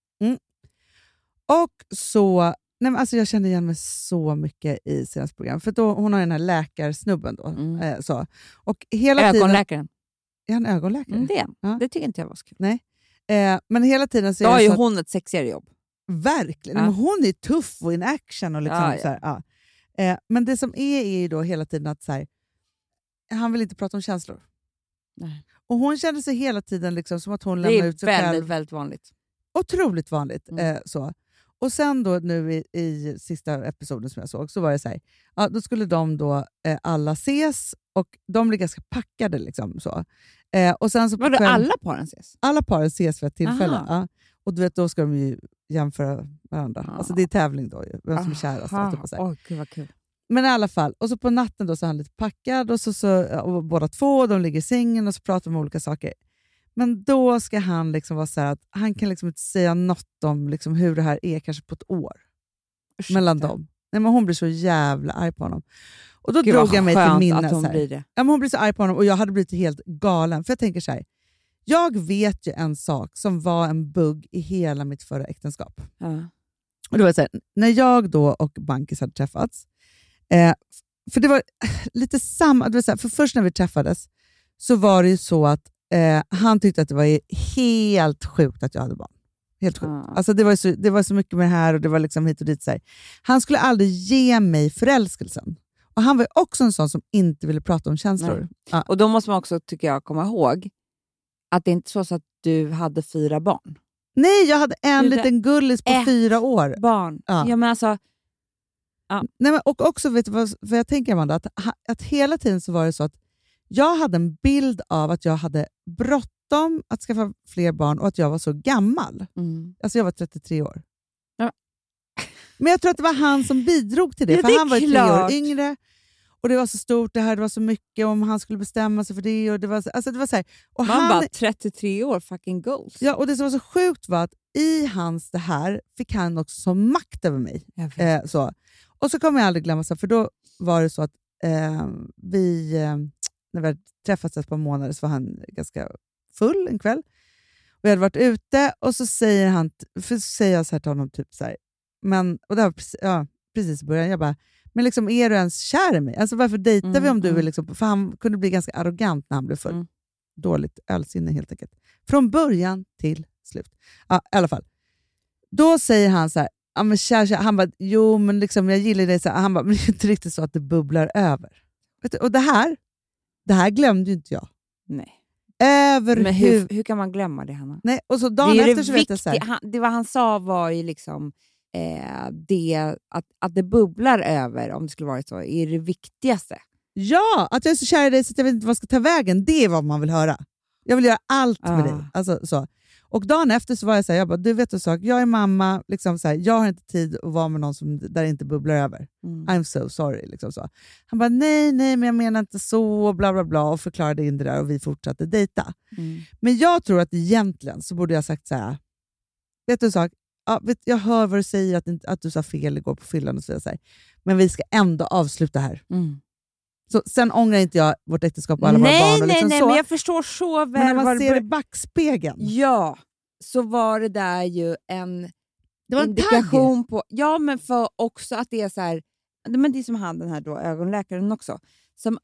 Och så, nej men alltså jag känner igen mig så mycket i senaste program. För då, hon har den här läkarsnubben då. Så. Och hela Ögonläkaren. Är han ögonläkare? Det, Ja. det tycker inte jag var så kul. Nej. Men hela tiden så Då är har det ju så att, hon ett sexigare jobb. verkligen. Ja. Men hon är tuff och in action. Och liksom, Ja, ja. Så här, ja. Men det som är ju då hela tiden att så här, han vill inte prata om känslor. Nej. Och hon kände sig hela tiden liksom som att hon Det lämnar är ut sig själv. väldigt vanligt. Otroligt vanligt. Så. Och sen då nu i sista episoden som jag såg så var det så här, ja, då skulle de då alla ses och de blir ganska packade liksom så. Och sen så Vadå, alla paren ses? alla par ses för ett tillfälle. Aha. Ja. Och du vet, då ska de ju jämföra varandra. Ja. Alltså det är tävling då ju, vem som är kärast. Åh, gud vad kul. Men i alla fall, och så på natten då så är han lite packad och och båda två, de ligger i sängen och så pratar de om olika saker. Men då ska han liksom vara så här att han kan liksom inte säga något om liksom hur det här är kanske på ett år. Mellan dem. Nej, men hon blir så jävla arg på honom. Och då Gud, drog jag mig till minnes. att hon blir det. Ja, men hon blir så arg på honom och jag hade blivit helt galen. För jag tänker så här, jag vet ju en sak som var en bugg i hela mitt förra äktenskap. Ja. Och det var så här, när jag då och Bankis hade träffats, för det var lite samma, det var så här, för först när vi träffades så var det ju så att han tyckte att det var helt sjukt att jag hade barn. Helt sjukt. Alltså det var så mycket med det här och det var liksom hit och dit. Så här. Han skulle aldrig ge mig förälskelsen. Och han var också en sån som inte ville prata om känslor. Ja. Och då måste man också, tycker jag, komma ihåg att det inte är så att du hade 4 barn. Nej, jag hade en liten gullis på 4 år. Barn. Ja. Ja, men alltså... Nej, men, och också, vet du vad jag tänker, Amanda? Att hela tiden så var det så att jag hade en bild av att jag hade bråttom att skaffa fler barn och att jag var så gammal. Alltså jag var 33 år. Ja. Men jag tror att det var han som bidrog till det. Ja, för det är han var ju 3 klart. år yngre. Och det var så stort det här, det var så mycket om han skulle bestämma sig för det. Och det var så här. Och Man han, bara 33 år, fucking goals. ja, och det som var så sjukt var att i hans det här fick han också så makt över mig. Så. Och så kommer jag aldrig glömma, för då var det så att när vi hade träffats ett par månader så var han ganska full en kväll. Och jag hade varit ute och så säger jag så här till honom typ så här, men, och det var precis i början, jag bara, men liksom, är du ens kär i mig? Alltså varför dejtar vi om du vill liksom, för han kunde bli ganska arrogant när han blev full. Dåligt ölsinne helt enkelt. Från början till slut. Ja, i alla fall. Då säger han så här, ja, men kär, han bara, jo men liksom, jag gillar dig så här. Han bara, men det är inte riktigt så att det bubblar över. Vet du, och det här glömde ju inte jag. Nej. Men hur kan man glömma det, Hanna? Nej, och så dagen efter så vet jag så här. Det vad han sa var ju liksom det att det bubblar över, om det skulle vara så, är det viktigaste. Ja, att jag är så kär i dig så att jag vet inte vad jag ska ta vägen. Det är vad man vill höra. Jag vill göra allt med dig. Alltså, så. Och dagen efter så var jag så här, jag bara, du vet en sak, jag är mamma, liksom så här, jag har inte tid att vara med någon som där det inte bubblar över. I'm so sorry. Liksom så. Han bara, nej, men jag menar inte så, bla bla bla, och förklarade in det där och vi fortsatte dejta. Men jag tror att egentligen så borde jag sagt så här, vet du en sak, ja, jag hör vad du säger att du sa fel igår på fyllan och så vidare, men vi ska ändå avsluta här. Så sen ångrar inte jag vårt äktenskap och alla våra barn. Och liksom nej, så. men jag förstår så väl. Men när man ser i backspegeln. Ja, så var det där ju en Det var en indikation på... Ja, men för också att det är så här... Men det är som han, den här då, ögonläkaren också. Som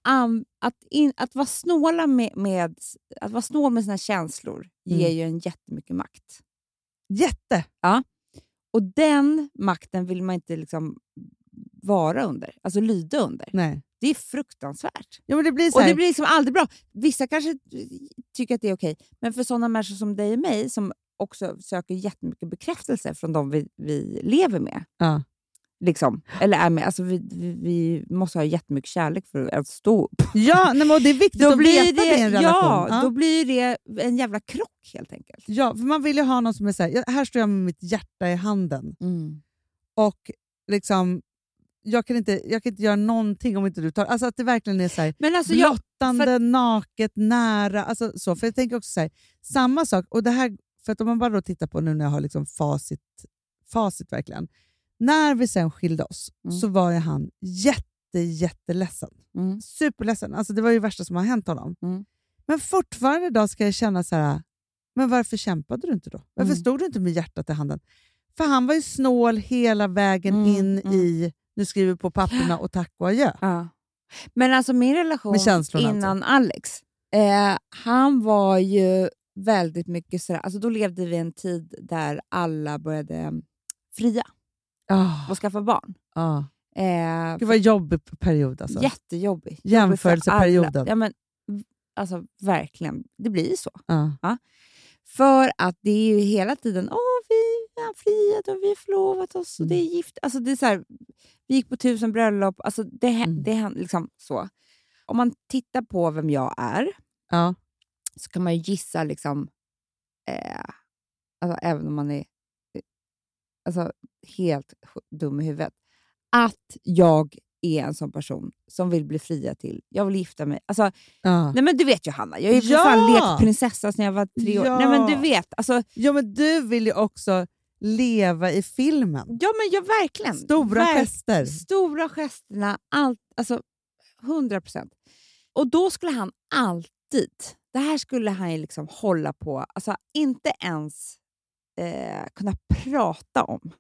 att vara snåla med att vara snål med sina känslor ger ju en jättemycket makt. Jätte! Ja. Och den makten vill man inte liksom vara under. Alltså lyda under. Nej. Det är fruktansvärt. Ja, men det blir så här... Och det blir liksom aldrig bra. Vissa kanske tycker att det är okej. Men för sådana människor som dig och mig som också söker jättemycket bekräftelse från de vi lever med. Ja. Liksom. Eller är med. Alltså vi måste ha jättemycket kärlek för att stå upp. Ja, men det är viktigt att veta det i en relation. Ja, då blir det en jävla krock helt enkelt. Ja, för man vill ju ha någon som är så här, här står jag med mitt hjärta i handen. Och liksom... Jag kan inte göra någonting om inte du tar... Alltså att det verkligen är så här, men alltså blottande, naket, nära. Alltså så. För jag tänker också så här, samma sak. Och det här, för att om man bara då tittar på nu när jag har liksom facit verkligen. När vi sen skilde oss så var ju han jätteledsen. Superledsen. Alltså det var ju det värsta som har hänt honom. Men fortfarande idag ska jag känna så här, men varför kämpade du inte då? Varför stod du inte med hjärtat i handen? För han var ju snål hela vägen in i... Nu skriver vi på papperna och tack och adjö. Ja. Men alltså min relation innan Alex, han var ju väldigt mycket sådär, alltså då levde vi en tid där alla började fria och skaffa barn. Det var en jobbig period alltså. Jättejobbig. Jämförelseperioden. Ja, men alltså verkligen, det blir så. Ja. För att det är ju hela tiden, vi har friat och vi har förlovat oss och det är gift. Alltså det är så här, vi gick på 1000 bröllop. Alltså det liksom så. Om man tittar på vem jag är så kan man ju gissa liksom alltså även om man är alltså helt dum i huvudet, att jag är en sån person som vill bli fria till. Jag vill gifta mig. Alltså, nej men du vet ju Hanna, jag är ju för fan lekt prinsessa sedan jag var 3 år. Nej men du vet. Alltså, ja men du vill ju också leva i filmen. Ja men jag verkligen. Stora gester. Stora gesterna, allt, alltså 100%. Och då skulle han alltid, det här skulle han ju liksom hålla på, alltså inte ens kunna prata om.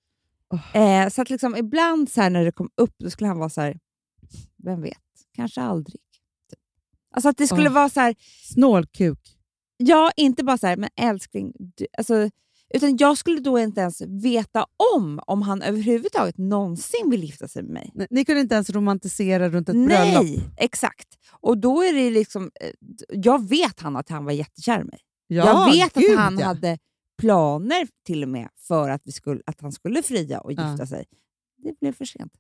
Så att liksom ibland så här, när det kom upp då skulle han vara så här, vem vet, kanske aldrig. Alltså att det skulle vara så här snålkuk. Ja, inte bara så här, men älskling, alltså, utan jag skulle då inte ens veta om han överhuvudtaget någonsin vill gifta sig med mig. Nej, ni kunde inte ens romantisera runt ett bröllop. Nej, exakt. Och då är det liksom, jag vet att han var jättekär i mig. Ja, jag vet att han hade planer till och med för att han skulle fria och gifta sig. Det blev för sent.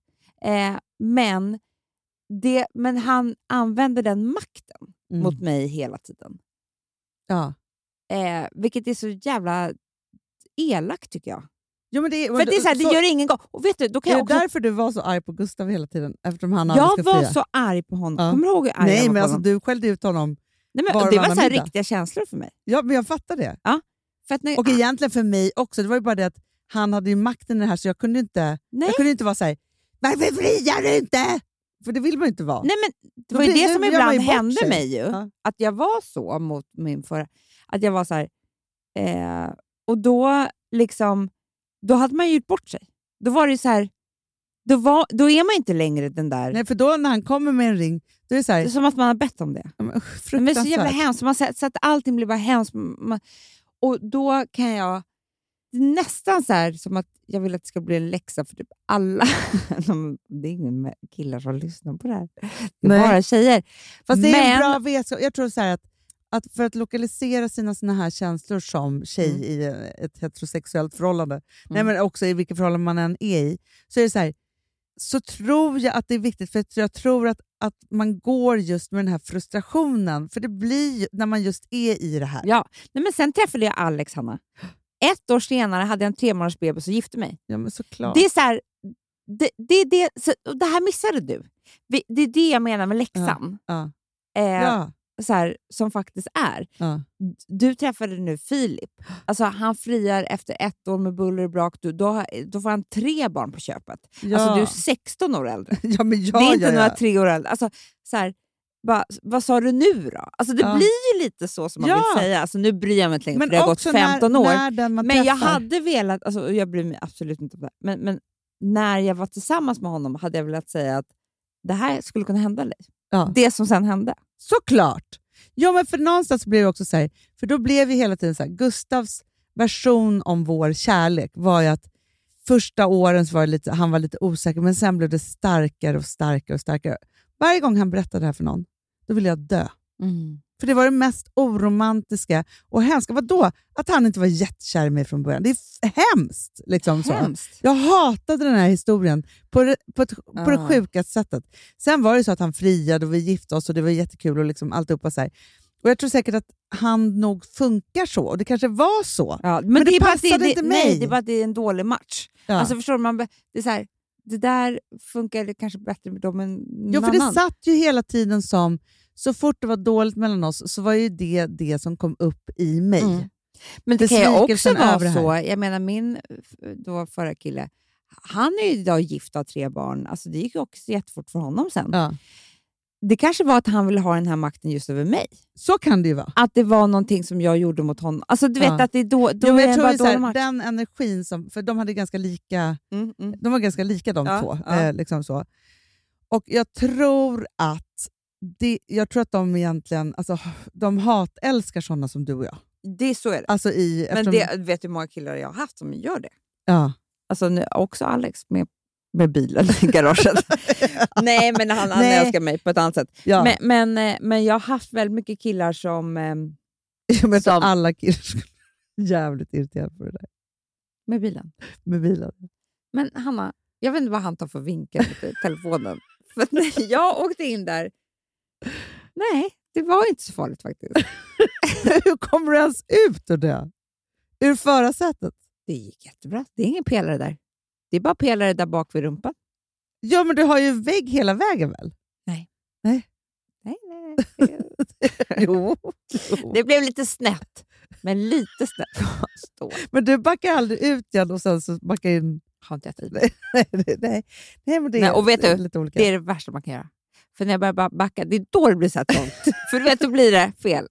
Men han använde den makten mot mig hela tiden. Ja. Vilket är så jävla elakt tycker jag. Ja, men det, för det är så här, det gör ingen gång. Och vet du, då kan är jag också... därför du var så arg på Gustav hela tiden? Eftersom han jag var så arg på honom. Kommer du ihåg hur arg Nej, jag var men på alltså, honom? du skällde ut honom. Nej, men, det var så här riktiga känslor för mig. Ja, men jag fattar det. Ja, för att och egentligen för mig också. Det var ju bara det att han hade ju makten i det här så jag kunde inte vara så här, varför friar du inte? För det vill man ju inte vara. Nej, men det var ju det som ibland hände mig ju. Ja. Att jag var så mot min förra... Att jag var så här... och då liksom... Då hade man ju gjort bort sig. Då var det så här... Då är man inte längre den där... Nej, för då när han kommer med en ring, då är det så här... Det är som att man har bett om det. Ja, men det är så jävla hemskt. Man så att allting blir bara hemskt. Och då kan jag... Nästan så här som att jag vill att det ska bli en läxa för typ alla. Det är ingen killar som lyssnar på det här. Det är bara tjejer. Fast det är en bra vetskap. Jag tror så här att för att lokalisera sina såna här känslor som tjej i ett heterosexuellt förhållande, nej men också i vilket förhållande man än är i, så är det så här, så tror jag att det är viktigt, för jag tror att man går just med den här frustrationen, för det blir ju när man just är i det här. Ja, nej, men sen träffade jag Alex, Hanna. 1 år senare hade jag en 3-månaders bebis och gifte mig. Ja, men såklart. Det är så här, det här missade du. Det är det jag menar med läxan. Ja. Så här, som faktiskt är. Ja. Du träffade nu Filip. Alltså, han friar efter 1 år med buller och brak. Då får han 3 barn på köpet. Ja. Alltså, du är 16 år äldre. Ja, men det är inte några 3 år äldre. Alltså, så här, vad sa du nu då? Alltså, det blir ju lite så som man vill säga. Alltså, nu bryr jag mig inte längre, för det har gått 15 år. Men jag hade velat, alltså, jag bryr mig absolut inte om det. Men när jag var tillsammans med honom hade jag velat säga att det här skulle kunna hända dig. Ja. Det som sen hände. Såklart. Ja, men för någonstans blev det också så här, för då blev vi hela tiden så här, Gustavs version om vår kärlek var ju att första åren så var han var lite osäker, men sen blev det starkare och starkare och starkare. Varje gång han berättade det här för någon, då ville jag dö. För det var det mest oromantiska och hemska. Vadå? Att han inte var jättekär i mig från början. Det är hemskt. Liksom, Hemskt. Så. Jag hatade den här historien på det sjukaste sättet. Sen var det så att han friade och vi gifte oss och det var jättekul och liksom alltihopa så här. Och jag tror säkert att han nog funkar så. Och det kanske var så. Ja, men det passade inte mig. Nej, det är bara att det är en dålig match. Ja. Alltså förstår man, det är så här, det där funkar kanske bättre med dem än någon Ja, för annan. det satt ju hela tiden som, så fort det var dåligt mellan oss så var ju det som kom upp i mig. Men det kan ju också Besvikelsen över det vara här. så. Jag menar, min då förra kille, han är ju idag gift av 3 barn. Alltså det gick ju också jättefort för honom sen. Ja. Det kanske var att han ville ha den här makten just över mig. Så kan det ju vara. Att det var någonting som jag gjorde mot honom. Alltså du vet att det är då Jo, men är jag det tror bara det är så här, dålig match. den energin som, för de hade ganska lika de var ganska lika de två. Liksom så. Och jag tror att de egentligen, alltså, de hatälskar sådana som du och jag. Så är det. Alltså Men det, vet du hur många killar jag har haft som gör det? Ja. Alltså nu, också Alex med bilen i garaget. Nej, men han älskar mig på ett annat sätt. Ja. Men jag har haft väldigt mycket killar som... Jag tror alla killar skulle jävligt irriterade på det där. Med bilen. Med bilen. Men Hanna, jag vet inte vad han tar för vinkel i telefonen. För när jag åkte in där... Nej, det var inte så farligt faktiskt. Hur kommer du ens ut ur det? Ur förarsätet? Det gick jättebra. Det är ingen pelare där. Det är bara pelare där bak vid rumpan. Ja, men du har ju vägg hela vägen väl? Nej. Jo. Det blev lite snett. Men lite snett. Men du backar aldrig ut igen och sen så backar in... Har inte jag tid. Nej, men det är, och vet du, lite olika. Det är det värsta man kan göra. För när jag börjar backa, det är då det blir så här trångt. För du vet, då blir det fel.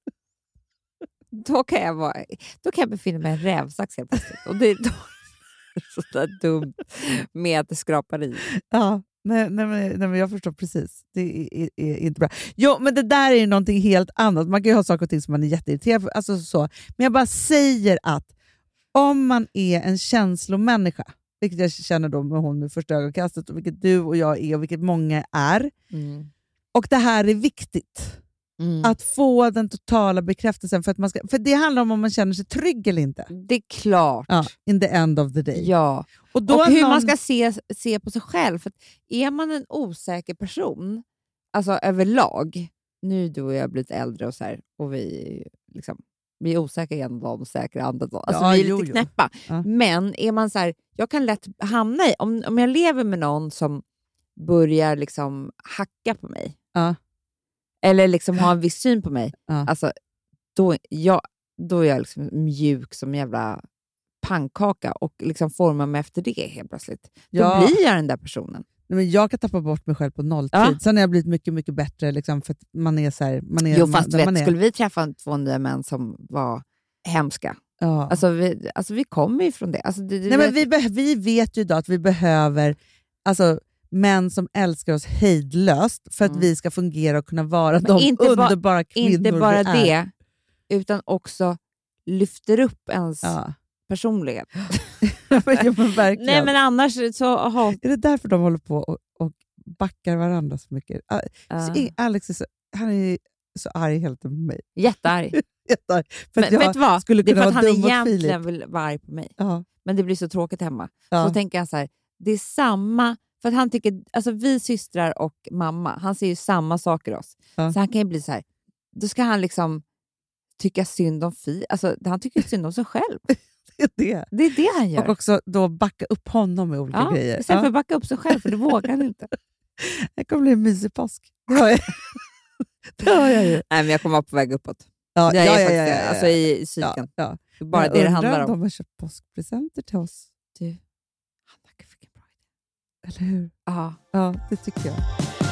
Då kan jag befinna mig i en rävsax helt plötsligt. Och det är då så där dumt med att det skrapar i. Ja, nej, men jag förstår precis. Det är inte bra. Jo, men det där är ju någonting helt annat. Man kan ju ha saker och ting som man är jätteirriterad för. Alltså så. Men jag bara säger att om man är en känslomänniska, vilket jag känner då med hon med första ögonkastet och vilket du och jag är och vilket många är. Och det här är viktigt. Att få den totala bekräftelsen för det handlar om man känner sig trygg eller inte. Det är klart. Ja, in the end of the day. Ja. Och hur man ska se på sig själv. För att är man en osäker person, alltså överlag, nu du och jag har blivit äldre och så här, och vi är osäkra ena dagen och säkra andra dagen. Alltså vi är lite knäppa. Ja. Men är man så här, jag kan lätt hamna i, om jag lever med någon som börjar liksom hacka på mig. Ja. Eller liksom ha en viss syn på mig. Ja. Alltså, då är jag liksom mjuk som en jävla pannkaka och liksom formar mig efter det helt plötsligt. Ja. Då blir jag den där personen. Nej, men jag kan tappa bort mig själv på nolltid. Ja. Sen har jag blivit mycket, mycket bättre liksom, för att man är så här... Jo, fast skulle vi träffa 2 nya män som var hemska? Ja. Alltså vi kommer ju från det. Alltså, men vi vet ju idag att vi behöver män som älskar oss hejdlöst för att vi ska fungera och kunna vara de underbara kvinnor inte bara vi är. det, utan också lyfter upp ens personlighet. men verkligen. Nej, men annars så... Är det därför de håller på och backar varandra så mycket? Alex han är så arg hela tiden på mig. Jättearg. Jättearg. Men vet du vad? Skulle det är för att vara han dum mot egentligen Filip. vill vara arg på mig. Ja. Men det blir så tråkigt hemma. Ja. Så tänker jag så här, det är samma För att han tycker, alltså vi systrar och mamma, han ser ju samma saker oss. Ja. Så han kan ju bli så här, då ska han liksom tycka synd om alltså han tycker synd om sig själv. Det är Det han gör. Och också då backa upp honom med olika grejer. Istället för att backa upp sig själv, för det vågar han inte. Det kommer bli en mysig påsk. Det har jag ju. Nej, men jag kommer vara på väg uppåt. Ja, Jag är faktiskt alltså i cykeln. Ja. Det är bara det handlar om. De har köpt påskpresenter till oss. Du, Hanna, vilken bra idé. Eller hur? Ja. Ja, det tycker jag.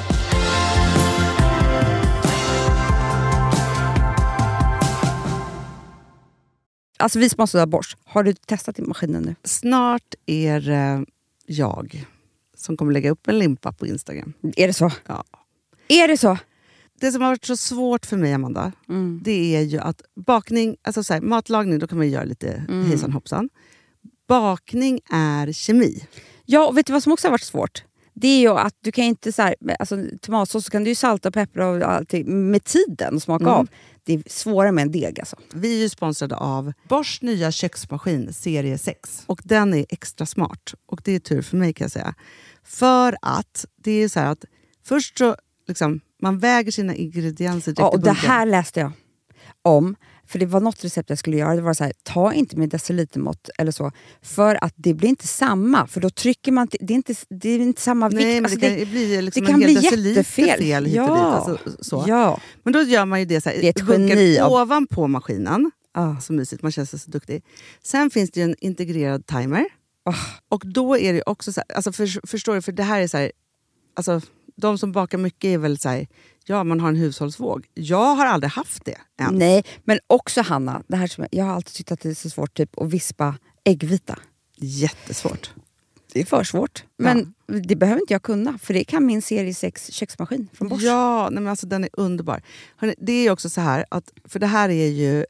Alltså vi sponsrar Bosch. Har du testat i maskinen nu? Snart är jag som kommer lägga upp en limpa på Instagram. Är det så? Ja. Är det så? Det som har varit så svårt för mig, Amanda, det är ju att bakning, alltså så här, matlagning, då kan man göra lite hejsan hoppsan. Bakning är kemi. Ja, och vet du vad som också har varit svårt? Det är ju att du kan inte så här, alltså tomatsås så kan du ju salta och peppra och allting med tiden och smaka av. Det är svårare med en deg alltså. Vi är ju sponsrade av Boschs nya köksmaskin serie 6. Och den är extra smart. Och det är tur för mig, kan jag säga. För att det är så här att först så liksom, man väger sina ingredienser direkt i och det bunken. här läste jag om. För det var något recept jag skulle göra. Det var så här, ta inte med decilitermått eller så. För att det blir inte samma. För då trycker man... Det är inte samma vikt. Nej, men alltså det kan bli liksom det kan en hel bli deciliter jättefel. fel hit och dit. Alltså, så. Ja. Men då gör man ju det så här. Det är ett geni ovanpå maskinen. Så mysigt, man känns så duktig. Sen finns det ju en integrerad timer. Och då är det också så här, alltså förstår du, för det här är så här, alltså de som bakar mycket är väl så här, ja, man har en hushållsvåg. Jag har aldrig haft det än. Nej, men också Hanna, det här som jag har alltid tyckt att det är så svårt typ att vispa äggvita. Jättesvårt. Det är för svårt. Men det behöver inte jag kunna, för det kan min serie 6 köksmaskin från Bosch. Ja, nej, men alltså den är underbar. Hörrni, det är också så här, att, för det här är ju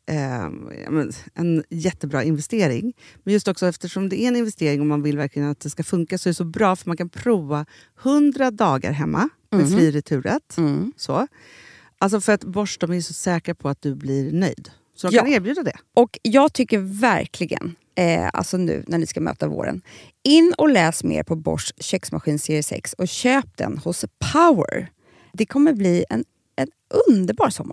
en jättebra investering. Men just också eftersom det är en investering och man vill verkligen att det ska funka, så är det så bra, för man kan prova 100 dagar hemma med fri returrätt. Så. Alltså för att Bosch, de är så säkra på att du blir nöjd. Så de kan erbjuda det. Och jag tycker verkligen, alltså nu när ni ska möta våren, in och läs mer på Bosch köksmaskin serie 6 och köp den hos Power. Det kommer bli en underbar sommar.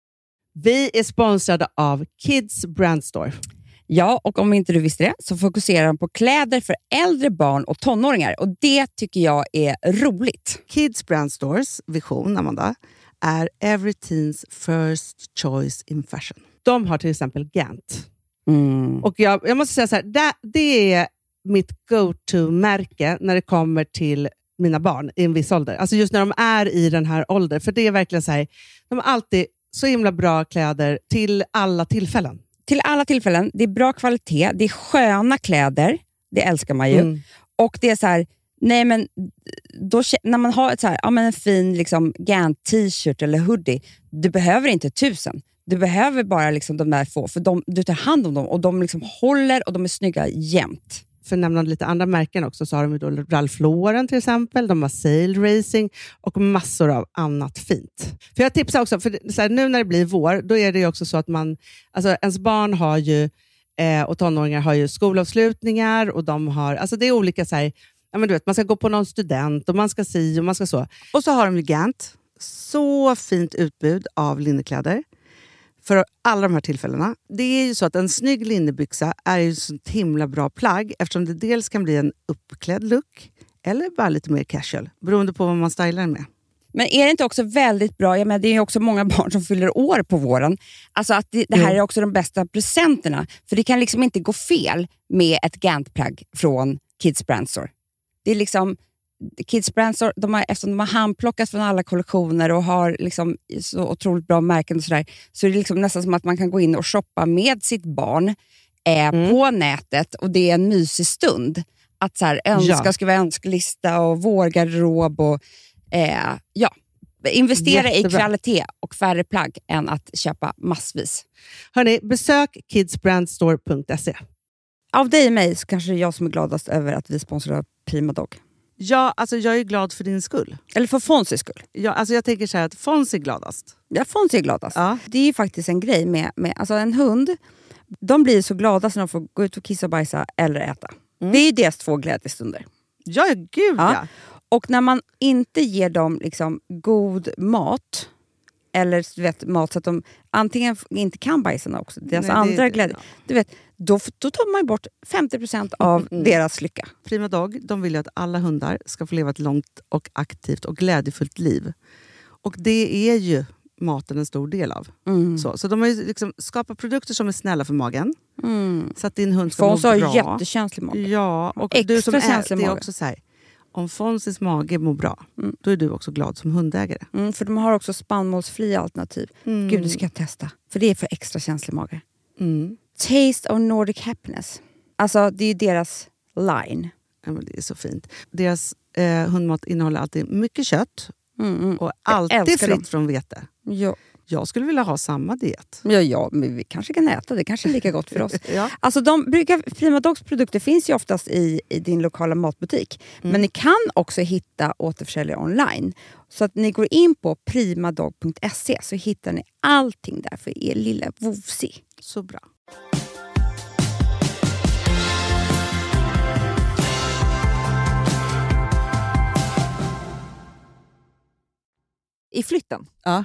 Vi är sponsrade av Kids Brand Store. Ja, och om inte du visste det så fokuserar de på kläder för äldre barn och tonåringar. Och det tycker jag är roligt. Kids Brand Stores vision, Amanda, är every teens first choice in fashion. De har till exempel Gant. Och jag måste säga så här, det är mitt go-to-märke när det kommer till mina barn i en viss ålder. Alltså just när de är i den här åldern. För det är verkligen så här, de har alltid så himla bra kläder till alla tillfällen. Till alla tillfällen. Det är bra kvalitet. Det är sköna kläder. Det älskar man ju. Och det är så här, nej men då, när man har ett så här, ja, men en fin liksom Gant t-shirt eller hoodie, du behöver inte 1000. Du behöver bara liksom de där få, för du tar hand om dem och de liksom håller och de är snygga jämt. För att nämna lite andra märken också, så har de ju då Ralph Lauren till exempel, de har Sail Racing och massor av annat fint. För jag tipsar också, för så här, nu när det blir vår, då är det ju också så att man, alltså ens barn har ju och tonåringar har ju skolavslutningar och de har, alltså det är olika så här, ja men du vet, man ska gå på någon student och man ska si och man ska så. Och så har de ju Gant, så fint utbud av linnekläder för alla de här tillfällena. Det är ju så att en snygg linnebyxa är ju så himla bra plagg, eftersom det dels kan bli en uppklädd look eller bara lite mer casual, beroende på vad man stylar den med. Men är det inte också väldigt bra, jag menar, det är ju också många barn som fyller år på våren, alltså att det här är också de bästa presenterna, för det kan liksom inte gå fel med ett Gant-plagg från Kids Brand Store. Det är liksom Kids Brand Store, eftersom de har handplockat från alla kollektioner och har liksom så otroligt bra märken och sådär, så är det liksom nästan som att man kan gå in och shoppa med sitt barn på nätet, och det är en mysig stund att så här, skriva önskelista och vårgarderob och investera i kvalitet och färre plagg än att köpa massvis. Hörrni, besök kidsbrandstore.se. Av dig och mig så kanske det är jag som är gladast över att vi sponsrar Prima Dog. Ja, alltså jag är glad för din skull. Eller för Fonzys skull. Ja, alltså jag tänker så här att Fonz är gladast. Ja, Fonz är gladast. Ja. Det är ju faktiskt en grej med alltså en hund. De blir så glada när de får gå ut och kissa och bajsa eller äta. Det är ju deras 2 glädjestunder. Ja, gud ja. Och när man inte ger dem liksom god mat, eller du vet, mat så att de antingen inte kan bajsa också, deras andra glädje, du vet, då tar man bort 50% av deras lycka. Prima Dog, de vill ju att alla hundar ska få leva ett långt och aktivt och glädjefullt liv. Och det är ju maten en stor del av. Så de har ju liksom skapat produkter som är snälla för magen. Så att din hund ska må bra. Fons har jättekänslig mage. Ja, och du som äter, det är också så här. Om Fonsis mage mår bra, då är du också glad som hundägare. För de har också spannmålsfria alternativ. Gud, det ska jag testa. För det är för extra känslig mage. Taste of Nordic Happiness. Alltså, det är ju deras line. Ja, men det är så fint. Deras hundmat innehåller alltid mycket kött. Och alltid fritt från vete. Ja. Jag skulle vilja ha samma diet. Ja, men vi kanske kan äta. Det kanske är lika gott för oss. Alltså Prima Dogs produkter finns ju oftast i din lokala matbutik. Men ni kan också hitta återförsäljare online. Så att ni går in på primadog.se så hittar ni allting där för er lilla vovsi. Så bra. I flytten. Ja.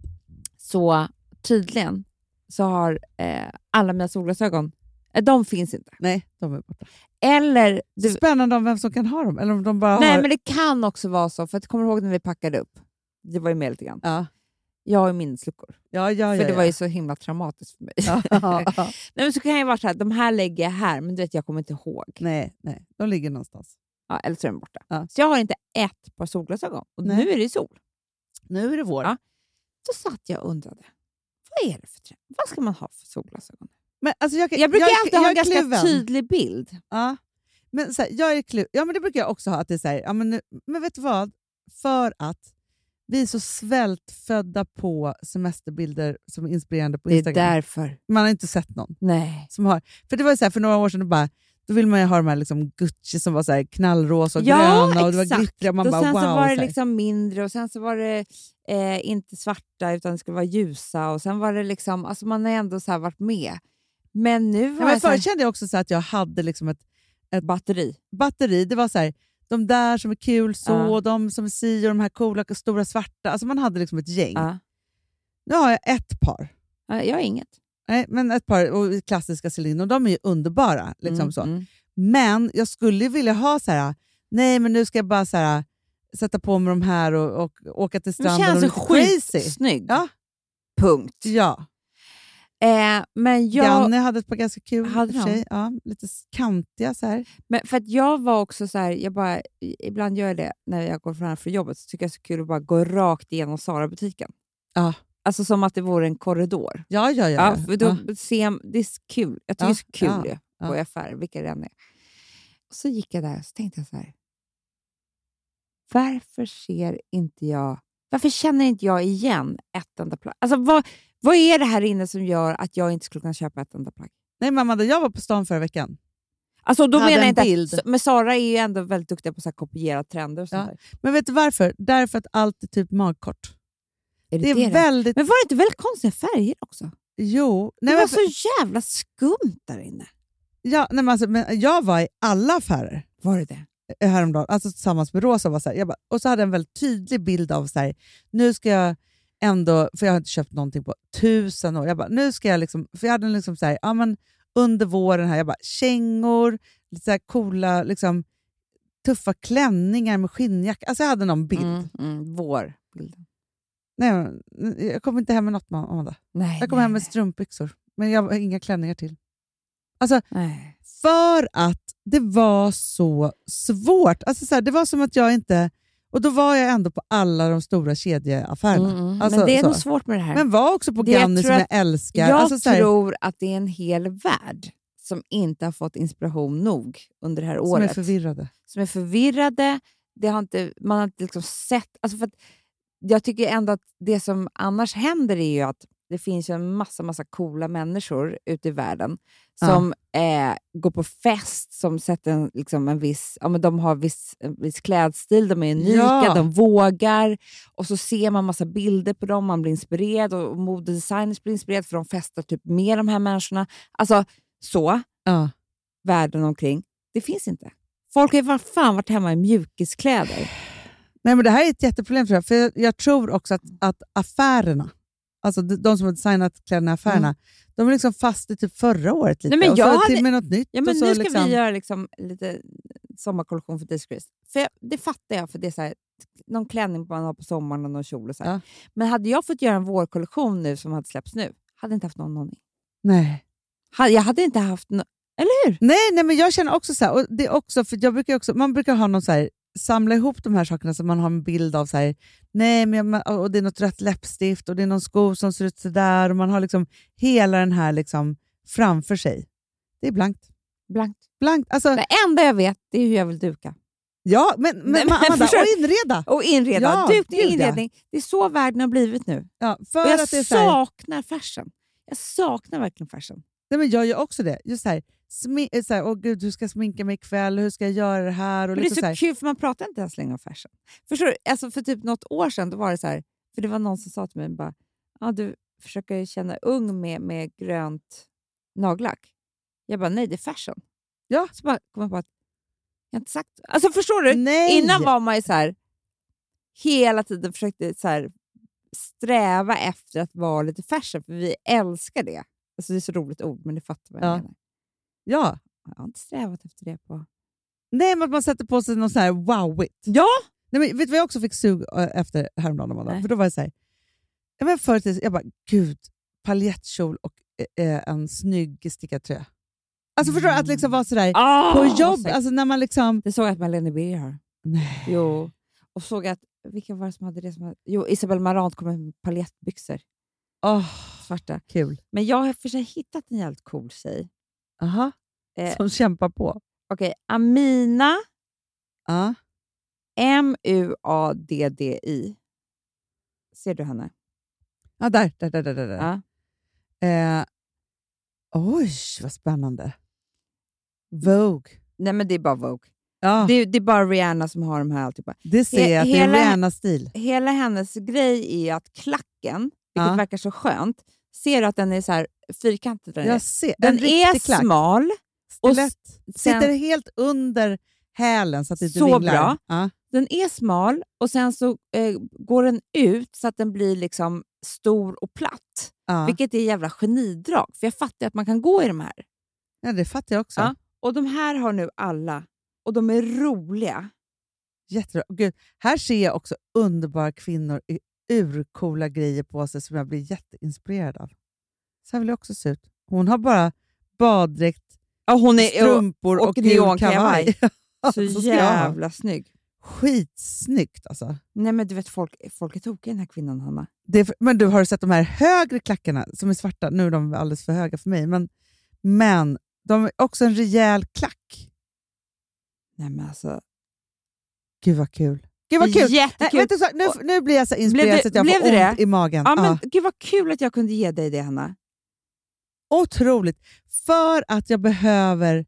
Så tydligen så har alla mina solglasögon, de finns inte. Nej, de är borta. Eller spännande om vem som kan ha dem. Eller om de bara nej, men det kan också vara så. För att kommer du ihåg när vi packade upp? Det var ju med lite grann. Ja. Jag har minnesluckor. För det var ju så himla traumatiskt för mig. Nej, men så kan jag vara så här, de här lägger jag här, men du vet, jag kommer inte ihåg. Nej, de ligger någonstans. Ja, eller så är de borta. Ja. Så jag har inte ett par solglasögon. Och nu är det sol. Nu är det vår. Ja. Så satt jag och undrade, vad är det för trend? Vad ska man ha för solglasögon? Men, alltså, jag brukar alltid ha en ganska tydlig bild. Ja. Men så här, jag är ja, men det brukar jag också ha. Att det är så här, ja, men vet du vad? För att vi är så svältfödda på semesterbilder som är inspirerande på Instagram. Det är därför. Man har inte sett någon. Nej. Som har, för det var så här, för några år sedan då vill man ju ha de här liksom Gucci som var så här knallrosa och gröna och det var glittriga. Och man bara, sen wow, så var det så liksom mindre och sen så var det inte svarta utan det skulle vara ljusa och sen var det liksom, alltså man har ändå så här varit med. Men nu var men förr kände jag också så att jag hade liksom ett batteri. Det var så här, de där som är kul så, de som är si och de här coola stora svarta. Alltså man hade liksom ett gäng. Nu har jag ett par. Jag har inget. Nej, men ett par och klassiska Celine och de är ju underbara. Liksom så. Men jag skulle vilja ha så här, nej men nu ska jag bara så här, sätta på mig de här och åka till stranden. Det känns så skitsnygg. Ja. Punkt. Ja. Men Janne hade ett par ganska kul hade för sig. Ja, lite kantiga så här. Men för att jag var också så här, ibland gör jag det när jag går för jobbet, så tycker jag det är så kul att bara gå rakt igenom Zara-butiken. Ja. Alltså som att det vore en korridor. Ja. För då det är kul. Jag tycker det är så kul på affärer, vilka det än är. Och så gick jag där och så tänkte jag så här. Varför känner inte jag igen ett enda plagg? Alltså vad är det här inne som gör att jag inte skulle kunna köpa ett enda plagg? Nej mamma, jag var på stan förra veckan. Alltså då hade menar jag inte bild. Men Zara är ju ändå väldigt duktiga på att kopiera trender och sånt där. Men vet du varför? Därför att allt är typ magkort. Det är väldigt... Men var det inte väldigt konstiga färger också? Jo. Det var så jävla skumt där inne. Ja, men jag var i alla affärer. Var det? Häromdagen, alltså tillsammans med Rosa. Var så här, och så hade jag en väldigt tydlig bild av så här, nu ska jag ändå, för jag har inte köpt någonting på 1000 år. Jag bara, nu ska jag liksom, för jag hade liksom så här, ja men under våren här, jag bara, kängor, lite så här coola, liksom tuffa klänningar med skinnjacka. Alltså jag hade någon bild. Vårbilden. Nej, jag kom inte hem med något, Amanda. Jag kom hem med strumpbyxor, men jag har inga klänningar till. Alltså, för att det var så svårt. Alltså, så här, det var som att jag inte... Och då var jag ändå på alla de stora kedjeaffärerna. Alltså, men det är nog svårt med det här. Men var också på Ganni som jag älskar. Jag tror att det är en hel värld som inte har fått inspiration nog under det här året. Som är förvirrade. Man har inte liksom sett... Alltså för att jag tycker ändå att det som annars händer är ju att det finns ju en massa coola människor ute i världen som går på fest, som sätter liksom en viss... Ja, men de har en viss klädstil, de är unika, de vågar. Och så ser man massa bilder på dem, man blir inspirerad och modedesigners blir inspirerad för de festar typ med de här människorna. Alltså så, världen omkring. Det finns inte. Folk har ju fan varit hemma i mjukiskläder. Nej, men det här är ett jätteproblem tror jag. För jag tror också att affärerna, alltså de som har designat kläderna i affärerna, de är liksom fast i typ förra året lite. Nej, men och så till med något nytt. Ja, men och så nu ska liksom... vi göra liksom lite sommarkollektion för Disgrace. För det fattar jag, för det är så här, någon klänning man har på sommaren och någon kjol och så här. Ja. Men hade jag fått göra en vårkollektion nu som hade släppts nu, hade jag inte haft någon aning. Nej. Jag hade inte haft eller hur? Nej, men jag känner också så här, och det är också, för man brukar ha någon så här, samla ihop de här sakerna så man har en bild av så här, nej, men och det är något rött läppstift och det är någon sko som ser ut så där och man har liksom hela den här liksom framför sig. Det är blankt. Blankt. Alltså, Det enda jag vet är hur jag vill duka. ja, men Amanda, och inreda. Ja, dukning och gud, ja. inredning. Det är så världen har blivit nu. Ja, för Och jag att det är så här, saknar fashion. Jag saknar verkligen fashion. nej, men jag gör också det. Just så här, så här, åh gud, hur ska jag sminka mig ikväll? Hur ska jag göra det här? Och Men det är liksom så så här, kul för man pratar inte ens längre om fashion. Förstår du? Alltså för typ något år sedan då var det så här, för det var någon som sa till mig bara, du försöker känna ung med grönt nagellack. Jag bara, nej, det är fashion. Ja. Så bara kom jag på att jag inte sagt. Alltså förstår du? nej. Innan var man ju så här hela tiden försökte så här sträva efter att vara lite fashion, för vi älskar det. Alltså det är så roligt ord, men det fattar man. Ja. Ja. Jag har inte strävat efter det på. Nej, men att man sätter på sig något så här wowigt. Ja! Nej, men vet du vad jag också fick sug efter häromdagen, Amanda? Nej. För då var det så här, jag bara, gud, paljettkjol och en snygg stickad tröja. Alltså förstår du, att liksom vara sådär på jobb, alltså när man liksom... Det såg jag att Malene Birger har. Nej. Jo. Och såg att, vilka var det som hade det? Jo, Isabelle Marant kom med paljettbyxor. Svarta. Kul. Men jag har för sig hittat en jävligt cool tjej. Aha. Som kämpar på. Okej, Amina Ja. Muaddi. Ser du henne? Ja, där. Ja. Oj, vad spännande. Vogue. Nej, men det är bara Vogue. Ja, Det är bara Rihanna som har de här alltihopa. det ser jag att det är Rihanna-stil. Hela hennes grej är att klacken, vilket verkar så skönt, ser du att den är så här fyrkantig? Jag ser. Den en riktig är klack. smal. Och Sitter helt under hälen så att det inte Så vinglar. bra. Ja. Den är smal och sen så går den ut så att den blir liksom stor och platt. Ja. Vilket är jävla genidrag. För jag fattar att man kan gå i de här. Ja, det fattar jag också. Ja. Och de här har nu alla. Och de är roliga. Jättebra. Gud, här ser jag också underbara kvinnor i urcoola grejer på sig som jag blir jätteinspirerad av. Så här vill jag också se ut. Hon har bara baddräkt, Hon är, strumpor och gul neonkavaj. kavaj. Så ska jag ha. jävla snygg. Skitsnyggt alltså. Nej, men du vet, folk är tokiga, den här kvinnan, Hanna. Men du, har du sett de här högre klackarna som är svarta? Nu är de alldeles för höga för mig. Men de är också en rejäl klack. Nej, men alltså. Gud vad kul. Gud vad kul. Jättekul. Vet du så, nu blir jag så inspirerad så att jag får ont i magen. Ja, men gud vad kul att jag kunde ge dig det, Hanna. Otroligt. För att jag behöver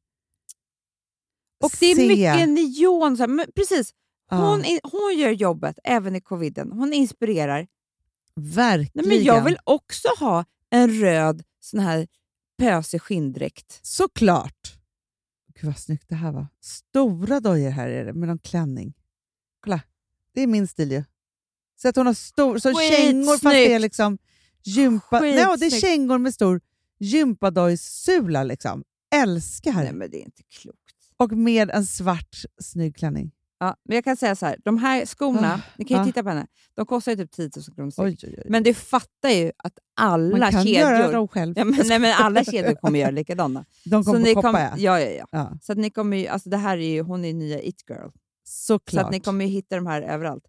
Och det är se. mycket neon. Så här, men precis. Ja. Hon gör jobbet även i coviden. Hon inspirerar. Verkligen. Nej, men jag vill också ha en röd sån här pösig skinndräkt. Såklart. Gud vad snyggt det här var. Stora dojor här är det med någon klänning. Kolla. Det är min stil ju. Så att hon har så kängor fast det är liksom gympa. Nej, det är kängor med stor gympadojssula liksom. Älskar. Nej, men det är inte klokt. Och med en svart snygg klänning. Ja, men jag kan säga så här, de här skorna, ni kan ju titta på henne, de kostar ju typ 10 000 kronor styck. Oj. Men du fattar ju att alla Man kan kedjor... göra dem själv. Ja, men alla kedjor kommer göra likadana. De kommer på koppa, ja. Så att ni kommer ju, alltså det här är ju, hon är nya It Girl. Såklart. Så att ni kommer ju hitta de här överallt.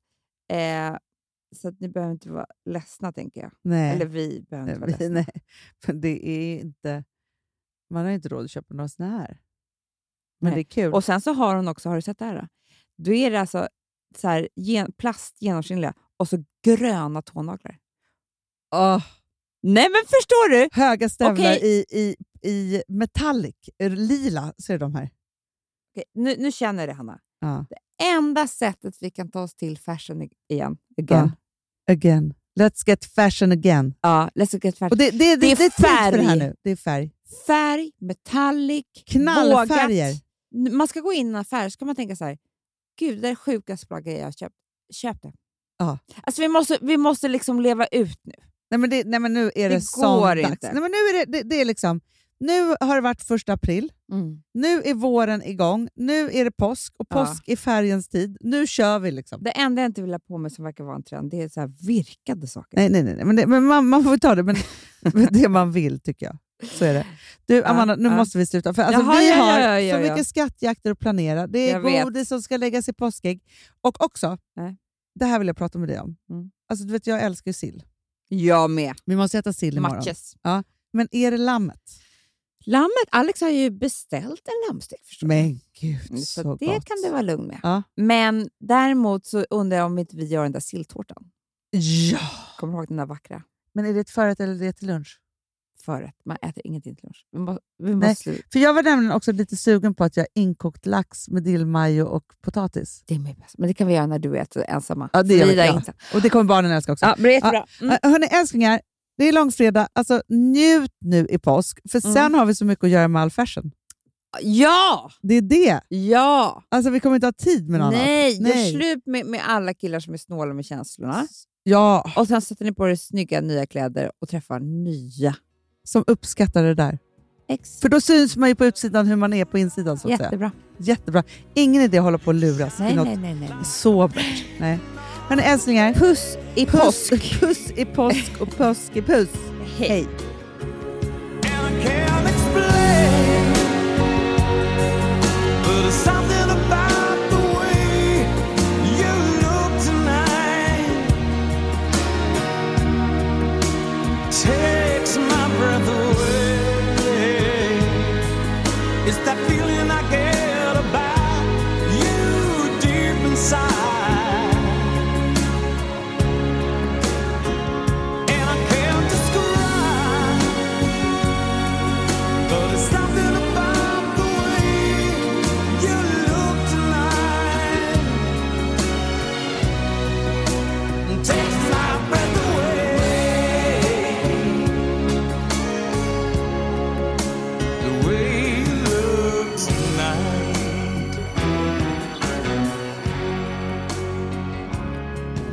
Så att ni behöver inte vara ledsna, tänker jag. Nej. Eller vi behöver inte vara ledsna. Nej. Men det är inte... Man har inte råd att köpa några såna här. Men det är kul. Och sen så har hon också, har du sett det här då? Då är det alltså så här, plast genomskinliga och så gröna tånaglar. Nej, men förstår du? Höga stövlar i metallic, lila, ser de här. Okej, nu känner jag det, Hanna. Ja. Det enda sättet vi kan ta oss till fashion again. Again. Let's get fashion again. Ja, let's get fashion. Och det är färg. För det här nu. Det är färg. Färg, metallic, knallfärger. Vågat. Man ska gå in i en affär så kan man tänka så här, gud, det är sjukaste plagget jag har köpt. köp det. Ja. Alltså vi måste liksom leva ut nu. Nej men nu är det går dags. inte. Nej men nu är det är liksom. Nu har det varit 1 april. Nu är våren igång. Nu är det påsk och påsk är färgens tid. Nu kör vi liksom. Det enda jag inte vill ha på mig som verkar vara en trend, det är så här virkade saker. Nej. Men man får ta det, men det man vill tycker jag. Så är det. Du Amanda, nu måste vi sluta. För alltså, vi har så mycket skattjakter att planera. Det är godis som ska läggas i påskägg. Och också, det här vill jag prata med dig om. Alltså du vet, jag älskar sill. Jag med. Vi måste äta sill imorgon. Matches. Ja. Men är det lammet? Alex har ju beställt en lammstek. Men gud, så det gott. kan du vara lugn med. Ja. Men däremot så undrar jag om inte vi gör den där silltårtan. Ja! Kommer du ihåg den där vackra? Men är det ett förrätt eller är det till lunch? Förrätt. Man äter ingenting till lunch. Vi måste... För jag var nämligen också lite sugen på att jag inkokt lax med dillmajo och potatis. Det är mig bäst. Men det kan vi göra när du äter ensamma. Ja, det gör jag. Och det kommer barnen älska också. Ja, det blir jättebra. Hörrni älsklingar, det är långfredag. Alltså njut nu i påsk. För sen har vi så mycket att göra med all fashion. Ja! Det är det. Ja! Alltså vi kommer inte ha tid med något annat. Nej, gör slut med alla killar som är snåla med känslorna. Ja. Och sen sätter ni på er snygga nya kläder och träffar nya. Som uppskattar det där. För då syns man ju på utsidan hur man är på insidan. Så att Jättebra. säga. Jättebra. Ingen idé att hålla på och luras. Nej. Sobert. Nej. Men älsklingar. Puss i påsk. Puss i påsk och påsk i puss. Hej. Takes my breath away. It's that feeling I get about you deep inside. And I can't describe, but it's something about the way you look tonight. It takes my breath away.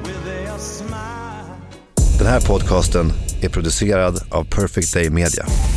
Den här podcasten är producerad av Perfect Day Media.